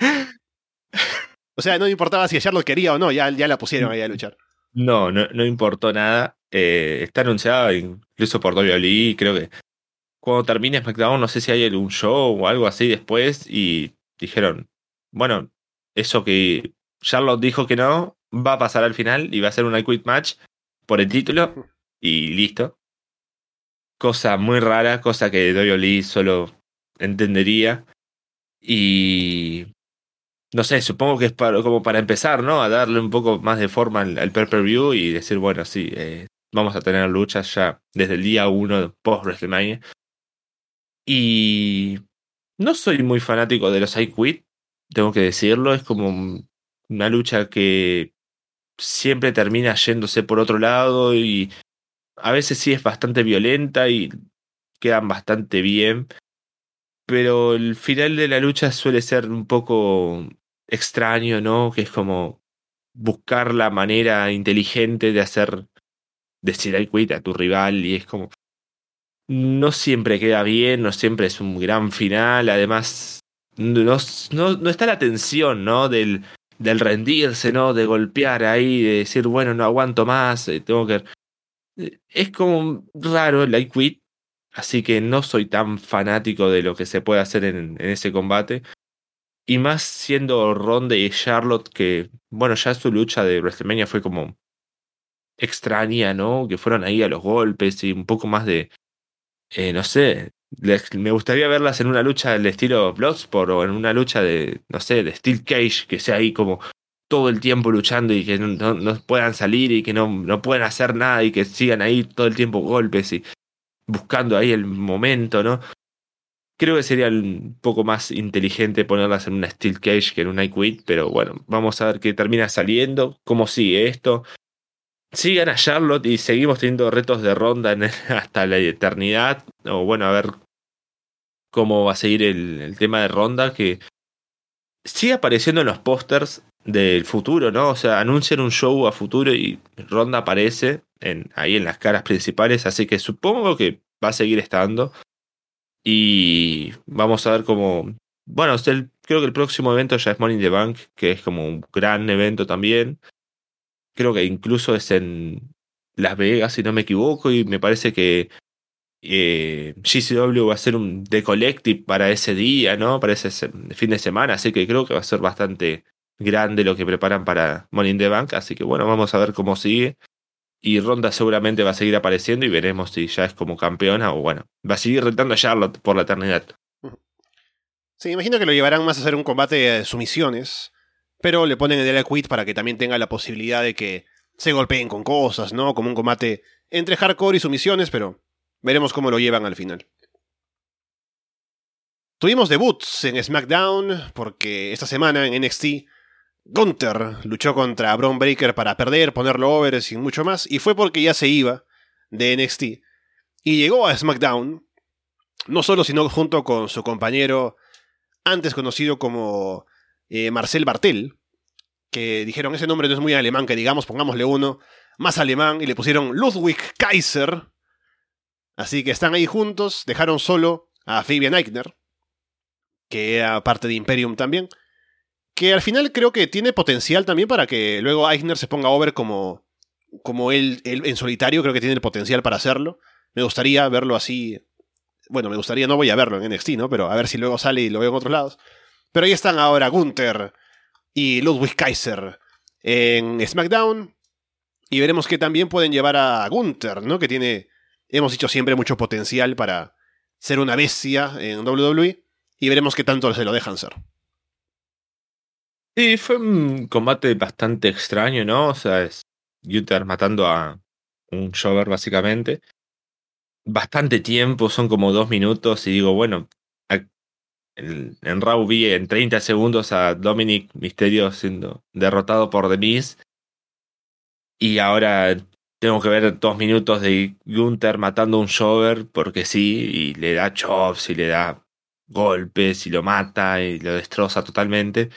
[SPEAKER 1] O sea, no importaba si Charlotte quería o no, ya la pusieron ahí a luchar.
[SPEAKER 2] No importó nada. Está anunciada incluso por WWE. Creo que cuando termine SmackDown, no sé si hay algún show o algo así después. Y dijeron, bueno, eso que Charlotte dijo que no, va a pasar al final y va a ser un I Quit match por el título. Y listo. Cosa muy rara, cosa que WWE solo entendería. Y no sé, supongo que es como para empezar, ¿no? A darle un poco más de forma al pay-per-view y decir, bueno, sí, vamos a tener luchas ya desde el día 1 post-WrestleMania. Y no soy muy fanático de los I Quit, tengo que decirlo. Es como una lucha que siempre termina yéndose por otro lado y a veces sí es bastante violenta y quedan bastante bien. Pero el final de la lucha suele ser un poco extraño, ¿no? Que es como buscar la manera inteligente de decir I quit a tu rival y es como no siempre queda bien, no siempre es un gran final. Además, no está la tensión, ¿no? Del rendirse, ¿no? De golpear ahí, de decir, bueno, no aguanto más, tengo que... Es como raro el I quit, así que no soy tan fanático de lo que se puede hacer en ese combate. Y más siendo Ronda y Charlotte, que, bueno, ya su lucha de WrestleMania fue como extraña, ¿no? Que fueron ahí a los golpes y un poco más de, no sé, me gustaría verlas en una lucha del estilo Bloodsport o en una lucha de, no sé, de Steel Cage, que sea ahí como todo el tiempo luchando y que no puedan salir y que no puedan hacer nada y que sigan ahí todo el tiempo golpes y buscando ahí el momento, ¿no? Creo que sería un poco más inteligente ponerlas en una Steel Cage que en una I Quit, pero bueno, vamos a ver qué termina saliendo, cómo sigue esto. Si gana Charlotte y seguimos teniendo retos de Ronda hasta la eternidad, o bueno, a ver cómo va a seguir el tema de Ronda, que sigue apareciendo en los pósters del futuro, ¿no? O sea, anuncian un show a futuro y Ronda aparece ahí en las caras principales, así que supongo que va a seguir estando. Y vamos a ver cómo... Bueno, creo que el próximo evento ya es Money in the Bank, que es como un gran evento también. Creo que incluso es en Las Vegas, si no me equivoco, y me parece que GCW va a ser un The Collective para ese día, ¿no? Para ese fin de semana, así que creo que va a ser bastante grande lo que preparan para Money in the Bank, así que bueno, vamos a ver cómo sigue. Y Ronda seguramente va a seguir apareciendo y veremos si ya es como campeona o bueno, va a seguir retando a Charlotte por la eternidad.
[SPEAKER 1] Sí, imagino que lo llevarán más a hacer un combate de sumisiones, pero le ponen en el quit para que también tenga la posibilidad de que se golpeen con cosas, ¿no? Como un combate entre hardcore y sumisiones, pero veremos cómo lo llevan al final. Tuvimos debuts en SmackDown, porque esta semana en NXT Gunther luchó contra Bron Breakker para perder, ponerlo over sin mucho más, y fue porque ya se iba de NXT. Y llegó a SmackDown, no solo sino junto con su compañero, antes conocido como Marcel Bartel, que dijeron, ese nombre no es muy alemán, que digamos, pongámosle uno más alemán, y le pusieron Ludwig Kaiser. Así que están ahí juntos, dejaron solo a Fabian Aichner, que era parte de Imperium también, que al final creo que tiene potencial también para que luego Aichner se ponga over como él en solitario. Creo que tiene el potencial para hacerlo. Me gustaría verlo así Bueno, me gustaría, no voy a verlo en NXT, ¿no? Pero a ver si luego sale y lo veo en otros lados. Pero ahí están ahora Gunther y Ludwig Kaiser en SmackDown. Y veremos que también pueden llevar a Gunther, ¿no? Que tiene, hemos dicho siempre, mucho potencial para ser una bestia en WWE. Y veremos qué tanto se lo dejan ser.
[SPEAKER 2] Sí, fue un combate bastante extraño, ¿no? O sea, es Gunther matando a un Jobber básicamente. Bastante tiempo, son como 2 minutos y digo, bueno, en Raw vi en 30 segundos a Dominic Mysterio siendo derrotado por The Miz y ahora tengo que ver 2 minutos de Gunther matando a un Jobber porque sí, y le da chops y le da golpes y lo mata y lo destroza totalmente.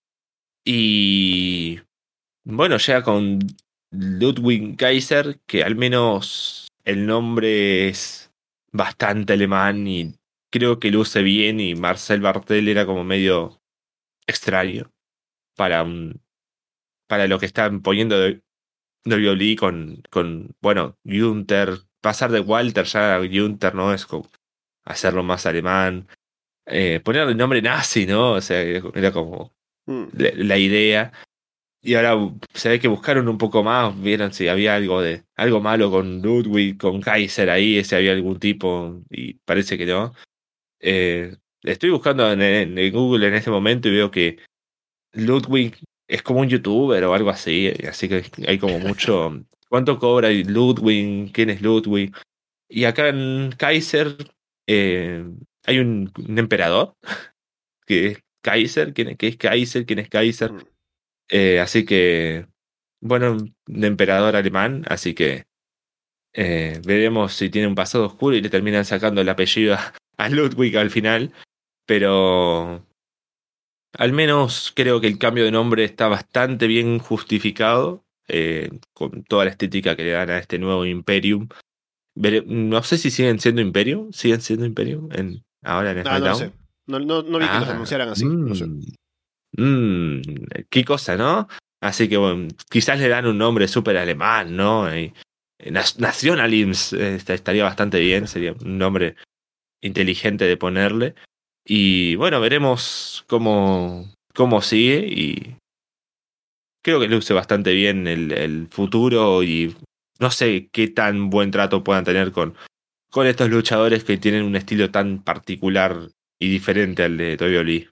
[SPEAKER 2] Y bueno, llega con Ludwig Kaiser, que al menos el nombre es bastante alemán y creo que luce bien, y Marcel Bartel era como medio extraño para para lo que están poniendo de WWE con bueno, Gunther, pasar de Walter ya a Gunther, ¿no? Es como hacerlo más alemán, ponerle el nombre nazi, ¿no? O sea, era como la idea. Y ahora se ve que buscaron un poco más, vieron si había algo malo con Ludwig, con Kaiser ahí, si había algún tipo, y parece que no. Estoy buscando en Google en este momento y veo que Ludwig es como un youtuber o algo así que hay como mucho. ¿Cuánto cobra Ludwig? ¿Quién es Ludwig? Y acá en Kaiser hay un emperador que es Kaiser. ¿Qué es Kaiser? ¿Quién es Kaiser? Así que, bueno, un emperador alemán, así que veremos si tiene un pasado oscuro y le terminan sacando el apellido a Ludwig al final, pero al menos creo que el cambio de nombre está bastante bien justificado, con toda la estética que le dan a este nuevo Imperium. No sé si siguen siendo Imperium ahora en
[SPEAKER 1] No lo sé.
[SPEAKER 2] SmackDown.
[SPEAKER 1] No vi que los anunciaran así. No sé.
[SPEAKER 2] Mmm, qué cosa, ¿no? Así que bueno, quizás le dan un nombre súper alemán, ¿no? Nationalims estaría bastante bien, sería un nombre inteligente de ponerle. Y bueno, veremos cómo sigue, y creo que luce bastante bien el futuro, y no sé qué tan buen trato puedan tener con estos luchadores que tienen un estilo tan particular y diferente al de WWE.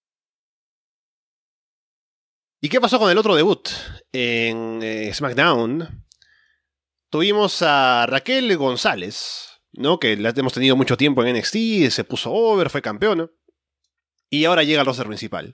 [SPEAKER 1] ¿Y qué pasó con el otro debut? En SmackDown tuvimos a Raquel González, ¿no? Que la hemos tenido mucho tiempo en NXT, se puso over, fue campeona. Y ahora llega al roster principal.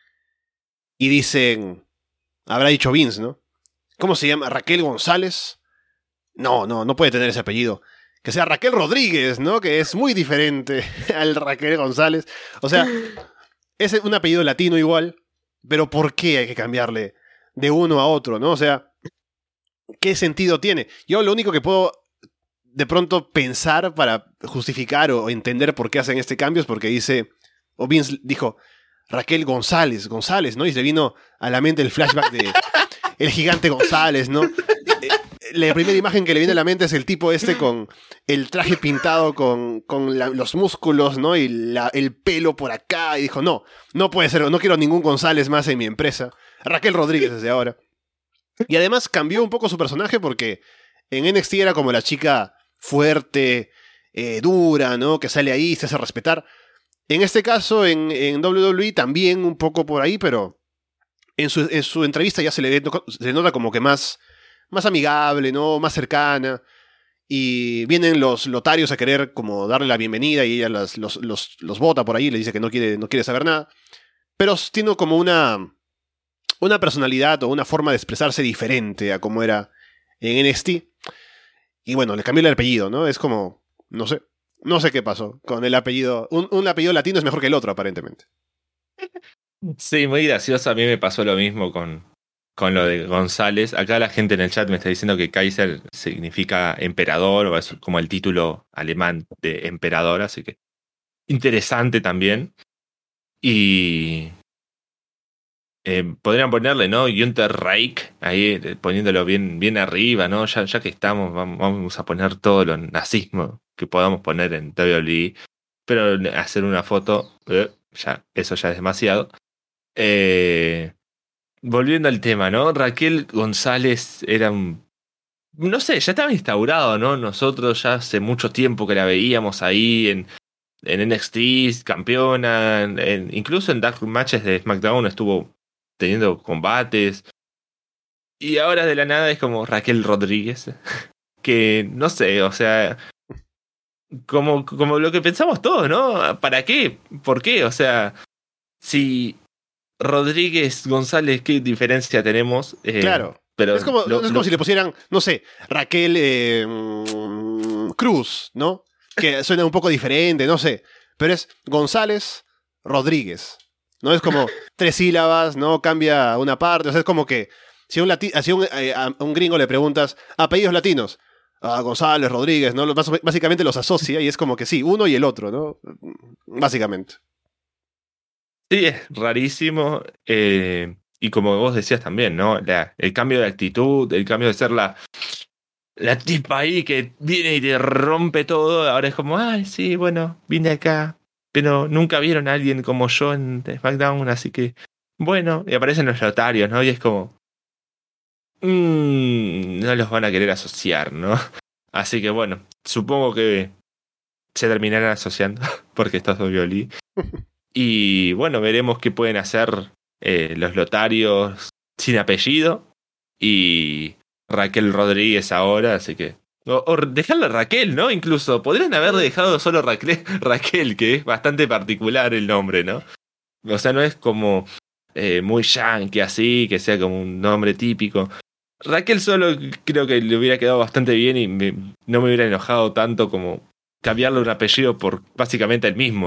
[SPEAKER 1] Y dicen, habrá dicho Vince, ¿no? ¿Cómo se llama? ¿Raquel González? No puede tener ese apellido. Que sea Raquel Rodríguez, ¿no? Que es muy diferente al Raquel González. O sea, es un apellido latino igual, pero ¿por qué hay que cambiarle de uno a otro, ¿no? O sea, ¿qué sentido tiene? Yo lo único que puedo de pronto pensar para justificar o entender por qué hacen este cambio es porque dice, o Vince dijo, Raquel González, ¿no? Y se vino a la mente el flashback de el gigante González, ¿no? La primera imagen que le viene a la mente es el tipo este con el traje pintado con los músculos, ¿no? Y el pelo por acá. Y dijo, no puede ser, no quiero ningún González más en mi empresa. Raquel Rodríguez desde ahora. Y además cambió un poco su personaje porque en NXT era como la chica fuerte, dura, ¿no? Que sale ahí y se hace respetar. En este caso, en WWE también un poco por ahí, pero en su entrevista ya se le nota como que más amigable, ¿no? Más cercana. Y vienen los lotarios a querer como darle la bienvenida y ella los bota por ahí, le dice que no quiere saber nada. Pero tiene como una personalidad o una forma de expresarse diferente a como era en NXT. Y bueno, le cambió el apellido, ¿no? Es como, no sé qué pasó con el apellido. Un apellido latino es mejor que el otro, aparentemente.
[SPEAKER 2] Sí, muy gracioso. A mí me pasó lo mismo con lo de González. Acá la gente en el chat me está diciendo que Kaiser significa emperador, o es como el título alemán de emperador, así que interesante también. Y podrían ponerle, ¿no? Günther Reich, ahí poniéndolo bien arriba, ¿no? Ya que estamos, vamos a poner todo lo nazismo que podamos poner en WWE, pero hacer una foto, ya, eso ya es demasiado. Volviendo al tema, ¿no? Raquel González era un... No sé, ya estaba instaurado, ¿no? Nosotros ya hace mucho tiempo que la veíamos ahí en NXT, campeona, incluso en Dark Matches de SmackDown estuvo teniendo combates. Y ahora de la nada es como Raquel Rodríguez, que no sé, o sea, como lo que pensamos todos, ¿no? ¿Para qué? ¿Por qué? O sea, si Rodríguez González, ¿qué diferencia tenemos?
[SPEAKER 1] Claro.
[SPEAKER 2] Pero
[SPEAKER 1] Es como si le pusieran, no sé, Raquel Cruz, ¿no? Que suena un poco diferente, no sé. Pero es González Rodríguez. No es como 3 sílabas, ¿no? Cambia una parte. O sea, es como que si a un gringo le preguntas apellidos latinos, a González Rodríguez, ¿no? Básicamente los asocia y es como que sí, uno y el otro, ¿no? Básicamente.
[SPEAKER 2] Sí, es rarísimo. Y como vos decías también, ¿no? El cambio de actitud, el cambio de ser la tipa ahí que viene y te rompe todo. Ahora es como, ay, sí, bueno, vine acá. Pero nunca vieron a alguien como yo en SmackDown, así que, bueno, y aparecen los notarios, ¿no? Y es como, no los van a querer asociar, ¿no? Así que, bueno, supongo que se terminarán asociando, porque esto es Violí. Y bueno, veremos qué pueden hacer los lotarios sin apellido y Raquel Rodríguez ahora, así que... O dejarle a Raquel, ¿no? Incluso podrían haber dejado solo Raquel, que es bastante particular el nombre, ¿no? O sea, no es como muy yankee así, que sea como un nombre típico. Raquel solo creo que le hubiera quedado bastante bien y no me hubiera enojado tanto como cambiarle un apellido por básicamente el mismo.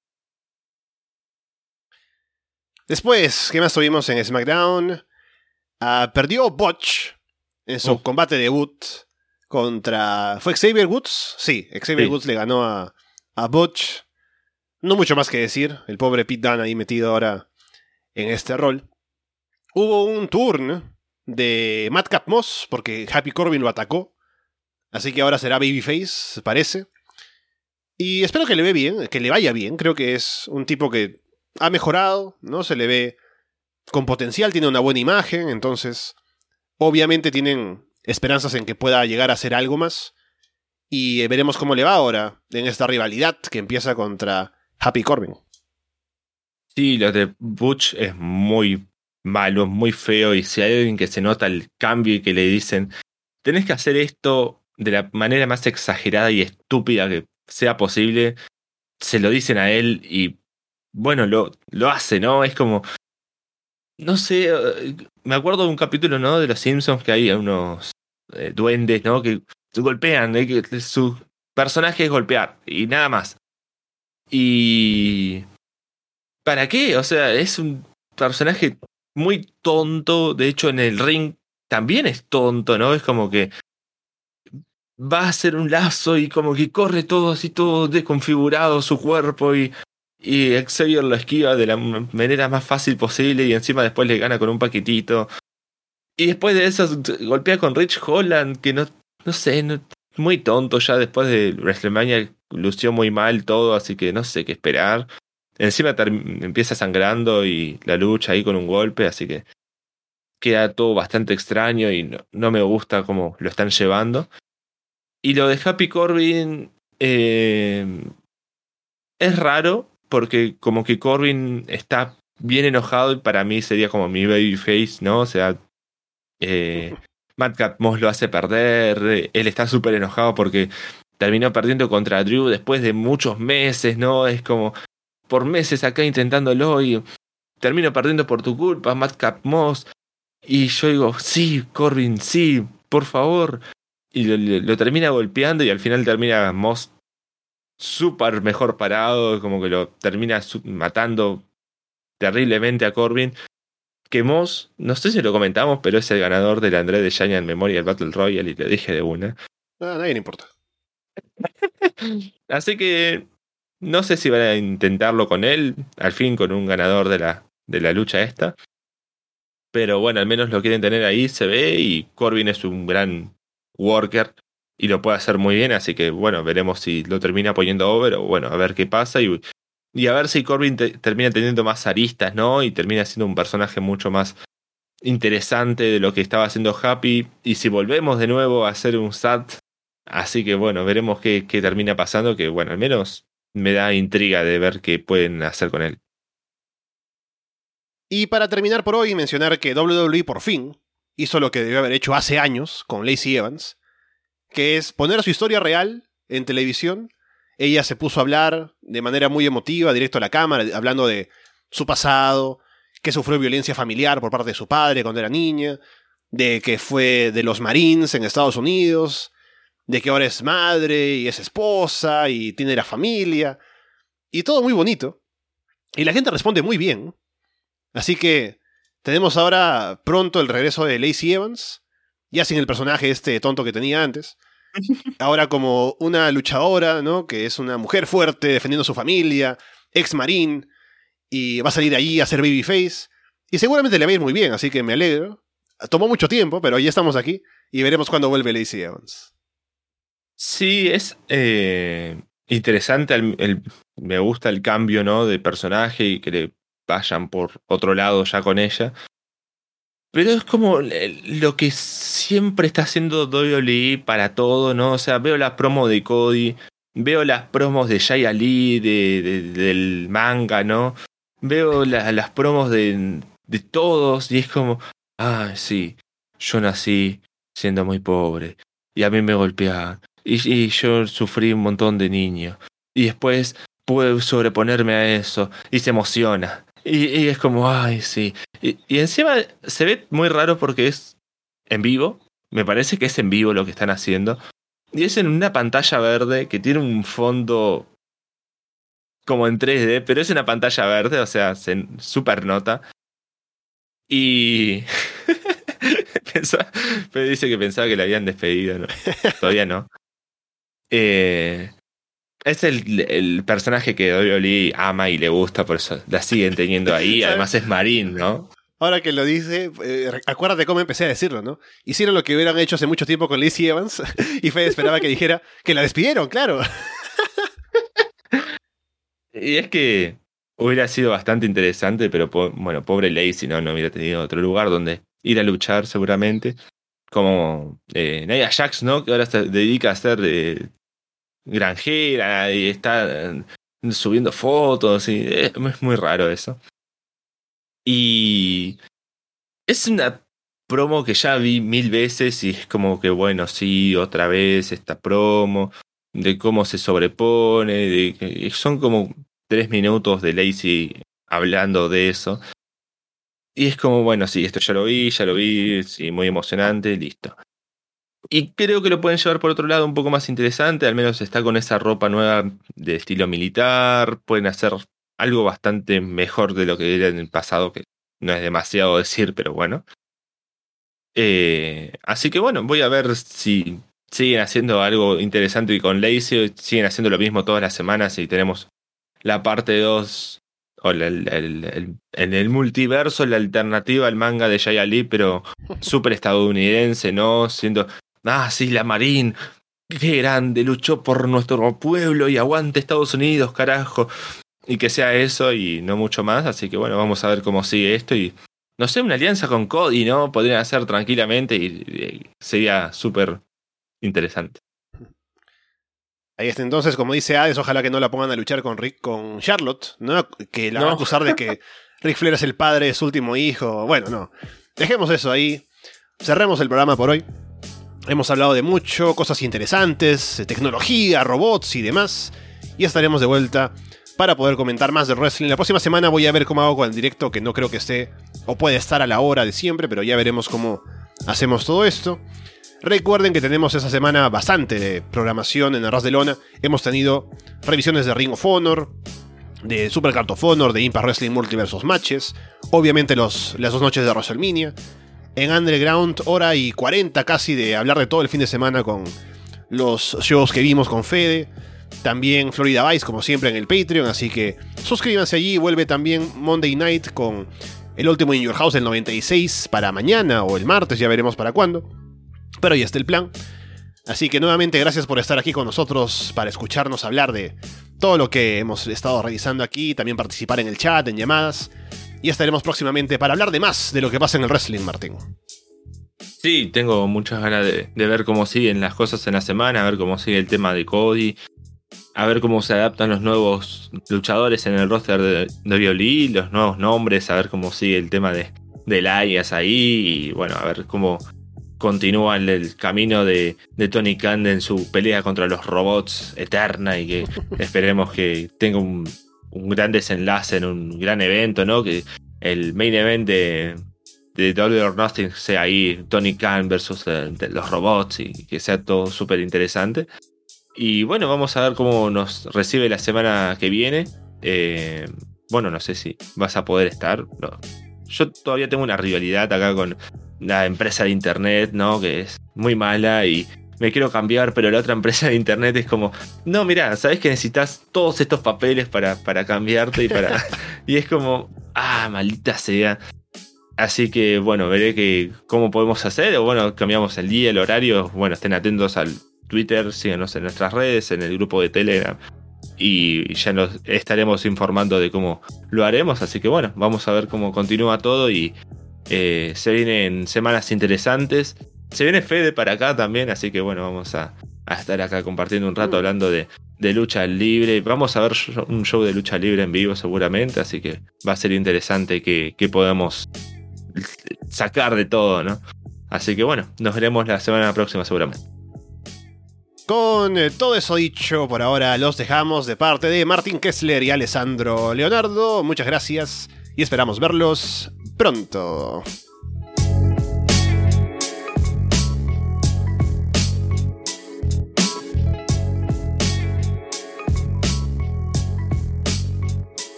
[SPEAKER 1] Después, ¿qué más tuvimos en SmackDown? Perdió Botch en su combate debut contra... ¿Fue Xavier Woods? Sí, Xavier Woods le ganó a Butch. No mucho más que decir. El pobre Pete Dunne ahí metido ahora en este rol. Hubo un turn de Madcap Moss porque Happy Corbin lo atacó. Así que ahora será Babyface, parece. Y espero que le vaya bien. Creo que es un tipo que ha mejorado, ¿no? Se le ve con potencial, tiene una buena imagen. Entonces, obviamente tienen esperanzas en que pueda llegar a hacer algo más. Y veremos cómo le va ahora en esta rivalidad que empieza contra Happy Corbin.
[SPEAKER 2] Sí, lo de Butch es muy malo, muy feo. Y si hay alguien que se nota el cambio y que le dicen, tenés que hacer esto de la manera más exagerada y estúpida que sea posible, se lo dicen a él y bueno, lo hace, ¿no? Es como, no sé, me acuerdo de un capítulo, ¿no? De Los Simpsons que hay unos duendes, ¿no? Que golpean, que su personaje es golpear y nada más. Y... ¿Para qué? O sea, es un personaje muy tonto. De hecho, en el ring también es tonto, ¿no? Es como que va a hacer un lazo y como que corre todo así, todo desconfigurado su cuerpo y Xavier lo esquiva de la manera más fácil posible y encima después le gana con un paquetito. Y después de eso golpea con Rich Holland, que no sé, muy tonto ya después de WrestleMania, lució muy mal todo, así que no sé qué esperar. Encima empieza sangrando y la lucha ahí con un golpe, así que queda todo bastante extraño y no me gusta cómo lo están llevando. Y lo de Happy Corbin es raro, porque como que Corbin está bien enojado y para mí sería como mi babyface, ¿no? O sea, Madcap Moss lo hace perder, él está súper enojado porque terminó perdiendo contra Drew después de muchos meses, ¿no? Es como por meses acá intentándolo y termino perdiendo por tu culpa, Madcap Moss. Y yo digo, sí, Corbin, sí, por favor. Y lo termina golpeando y al final termina Moss súper mejor parado, como que lo termina matando terriblemente a Corbin. Que Moss, no sé si lo comentamos, pero es el ganador del André de Giant Memorial Battle Royale y lo dije de una.
[SPEAKER 1] A nadie le importa.
[SPEAKER 2] Así que no sé si van a intentarlo con él, al fin con un ganador de la lucha esta. Pero bueno, al menos lo quieren tener ahí, se ve, y Corbin es un gran worker. y lo puede hacer muy bien, así que bueno, veremos si lo termina poniendo over o bueno, a ver qué pasa y a ver si Corbin termina teniendo más aristas, ¿no? Y termina siendo un personaje mucho más interesante de lo que estaba haciendo Happy, y si volvemos de nuevo a hacer un SAT, así que bueno, veremos qué termina pasando, que bueno, al menos me da intriga de ver qué pueden hacer con él.
[SPEAKER 1] Y para terminar por hoy, mencionar que WWE por fin hizo lo que debió haber hecho hace años con Lacey Evans, que es poner su historia real en televisión. Ella se puso a hablar de manera muy emotiva, directo a la cámara, hablando de su pasado, que sufrió violencia familiar por parte de su padre cuando era niña, de que fue de los Marines en Estados Unidos, de que ahora es madre y es esposa y tiene la familia, y todo muy bonito. Y la gente responde muy bien. Así que tenemos ahora pronto el regreso de Lacey Evans, ya sin el personaje este tonto que tenía antes. Ahora como una luchadora, ¿no? Que es una mujer fuerte, defendiendo a su familia, ex marín, y va a salir allí a hacer babyface. Y seguramente le va a ir muy bien, así que me alegro. Tomó mucho tiempo, pero ya estamos aquí, y veremos cuándo vuelve Lacey Evans.
[SPEAKER 2] Sí, es interesante, me gusta el cambio, ¿no? De personaje y que le vayan por otro lado ya con ella. Pero es como lo que siempre está haciendo WWE para todo, ¿no? O sea, veo las promos de Cody, veo las promos de Jay Ali, del manga, ¿no? Veo las promos de todos y es como, sí, yo nací siendo muy pobre y a mí me golpeaban y yo sufrí un montón de niños y después pude sobreponerme a eso y se emociona. Y es como, sí. Y encima se ve muy raro porque es en vivo. Me parece que es en vivo lo que están haciendo. Y es en una pantalla verde que tiene un fondo como en 3D, pero es una pantalla verde, o sea, se super nota. Y pero dice que pensaba que la habían despedido, ¿no? Todavía no. Es el personaje que WWE ama y le gusta, por eso la siguen teniendo ahí. Además es Marín, ¿no?
[SPEAKER 1] Ahora que lo dice, acuérdate cómo empecé a decirlo, ¿no? Hicieron lo que hubieran hecho hace mucho tiempo con Lacey Evans y Fede esperaba que dijera que la despidieron, claro.
[SPEAKER 2] Y es que hubiera sido bastante interesante, pero bueno, pobre Lacey, ¿no? No hubiera tenido otro lugar donde ir a luchar seguramente. Como Nia Jax, ¿no? Que ahora se dedica a ser granjera y está subiendo fotos y es muy raro eso. Y es una promo que ya vi 1000 veces y es como que bueno, sí, otra vez esta promo de cómo se sobrepone, de que son como 3 minutos de Lacey hablando de eso. Y es como, bueno, sí, esto ya lo vi, sí, muy emocionante, listo. Y creo que lo pueden llevar por otro lado un poco más interesante, al menos está con esa ropa nueva de estilo militar, pueden hacer algo bastante mejor de lo que era en el pasado, que no es demasiado decir, pero bueno. Así que bueno, voy a ver si siguen haciendo algo interesante y con Lacey, siguen haciendo lo mismo todas las semanas y tenemos la parte 2 o en el multiverso, la alternativa al manga de Jay Ali, pero súper estadounidense, ¿no? Siendo... sí, la Marine, qué grande, luchó por nuestro pueblo y aguante Estados Unidos, carajo. Y que sea eso y no mucho más, así que bueno, vamos a ver cómo sigue esto y no sé, una alianza con Cody, ¿no? Podrían hacer tranquilamente y sería súper interesante.
[SPEAKER 1] Ahí está entonces, como dice Hades, ojalá que no la pongan a luchar con Charlotte, ¿no? Que la van a acusar de que Ric Flair es el padre de su último hijo. Bueno, no. Dejemos eso ahí. Cerremos el programa por hoy. Hemos hablado de mucho, cosas interesantes, tecnología, robots y demás. Y estaremos de vuelta para poder comentar más de wrestling. La próxima semana voy a ver cómo hago con el directo, que no creo que esté o puede estar a la hora de siempre, pero ya veremos cómo hacemos todo esto. Recuerden que tenemos esta semana bastante de programación en Arras de Lona. Hemos tenido revisiones de Ring of Honor, de Super Card of Honor, de Impact Wrestling Multiversus Matches, obviamente las 2 noches de WrestleMania. En Underground, hora y 40 casi de hablar de todo el fin de semana con los shows que vimos con Fede. También Florida Vice, como siempre, en el Patreon. Así que suscríbanse allí. Vuelve también Monday Night con el último In Your House del 96 para mañana o el martes. Ya veremos para cuándo. Pero ahí está el plan. Así que nuevamente gracias por estar aquí con nosotros para escucharnos hablar de todo lo que hemos estado revisando aquí, también participar en el chat, en llamadas, y estaremos próximamente para hablar de más de lo que pasa en el wrestling, Martín.
[SPEAKER 2] Sí, tengo muchas ganas de ver cómo siguen las cosas en la semana, a ver cómo sigue el tema de Cody, a ver cómo se adaptan los nuevos luchadores en el roster de WWE, los nuevos nombres, a ver cómo sigue el tema de Elias ahí, y bueno, a ver cómo continúa el camino de Tony Khan en su pelea contra los robots eterna, y que esperemos que tenga un gran desenlace en un gran evento, ¿no? Que el main event de Double or Nothing sea ahí Tony Khan versus los robots, y que sea todo súper interesante. Y bueno, vamos a ver cómo nos recibe la semana que viene. Bueno, no sé si vas a poder estar. No. Yo todavía tengo una rivalidad acá con la empresa de internet, ¿no? Que es muy mala y me quiero cambiar, pero la otra empresa de internet es como, no, mirá, sabes que necesitas todos estos papeles para cambiarte y es como, maldita sea. Así que bueno, veré cómo podemos hacer, o bueno, cambiamos el día, el horario. Bueno, estén atentos al Twitter, síganos en nuestras redes, en el grupo de Telegram, y ya nos estaremos informando de cómo lo haremos. Así que bueno, vamos a ver cómo continúa todo, y se vienen semanas interesantes. Se viene Fede para acá también, así que bueno, vamos a estar acá compartiendo un rato hablando de lucha libre. Vamos a ver un show de lucha libre en vivo seguramente, así que va a ser interesante que podamos sacar de todo, ¿no? Así que bueno, nos veremos la semana próxima seguramente.
[SPEAKER 1] Con todo eso dicho, por ahora los dejamos de parte de Martín Kessler y Alessandro Leonardo. Muchas gracias y esperamos verlos pronto.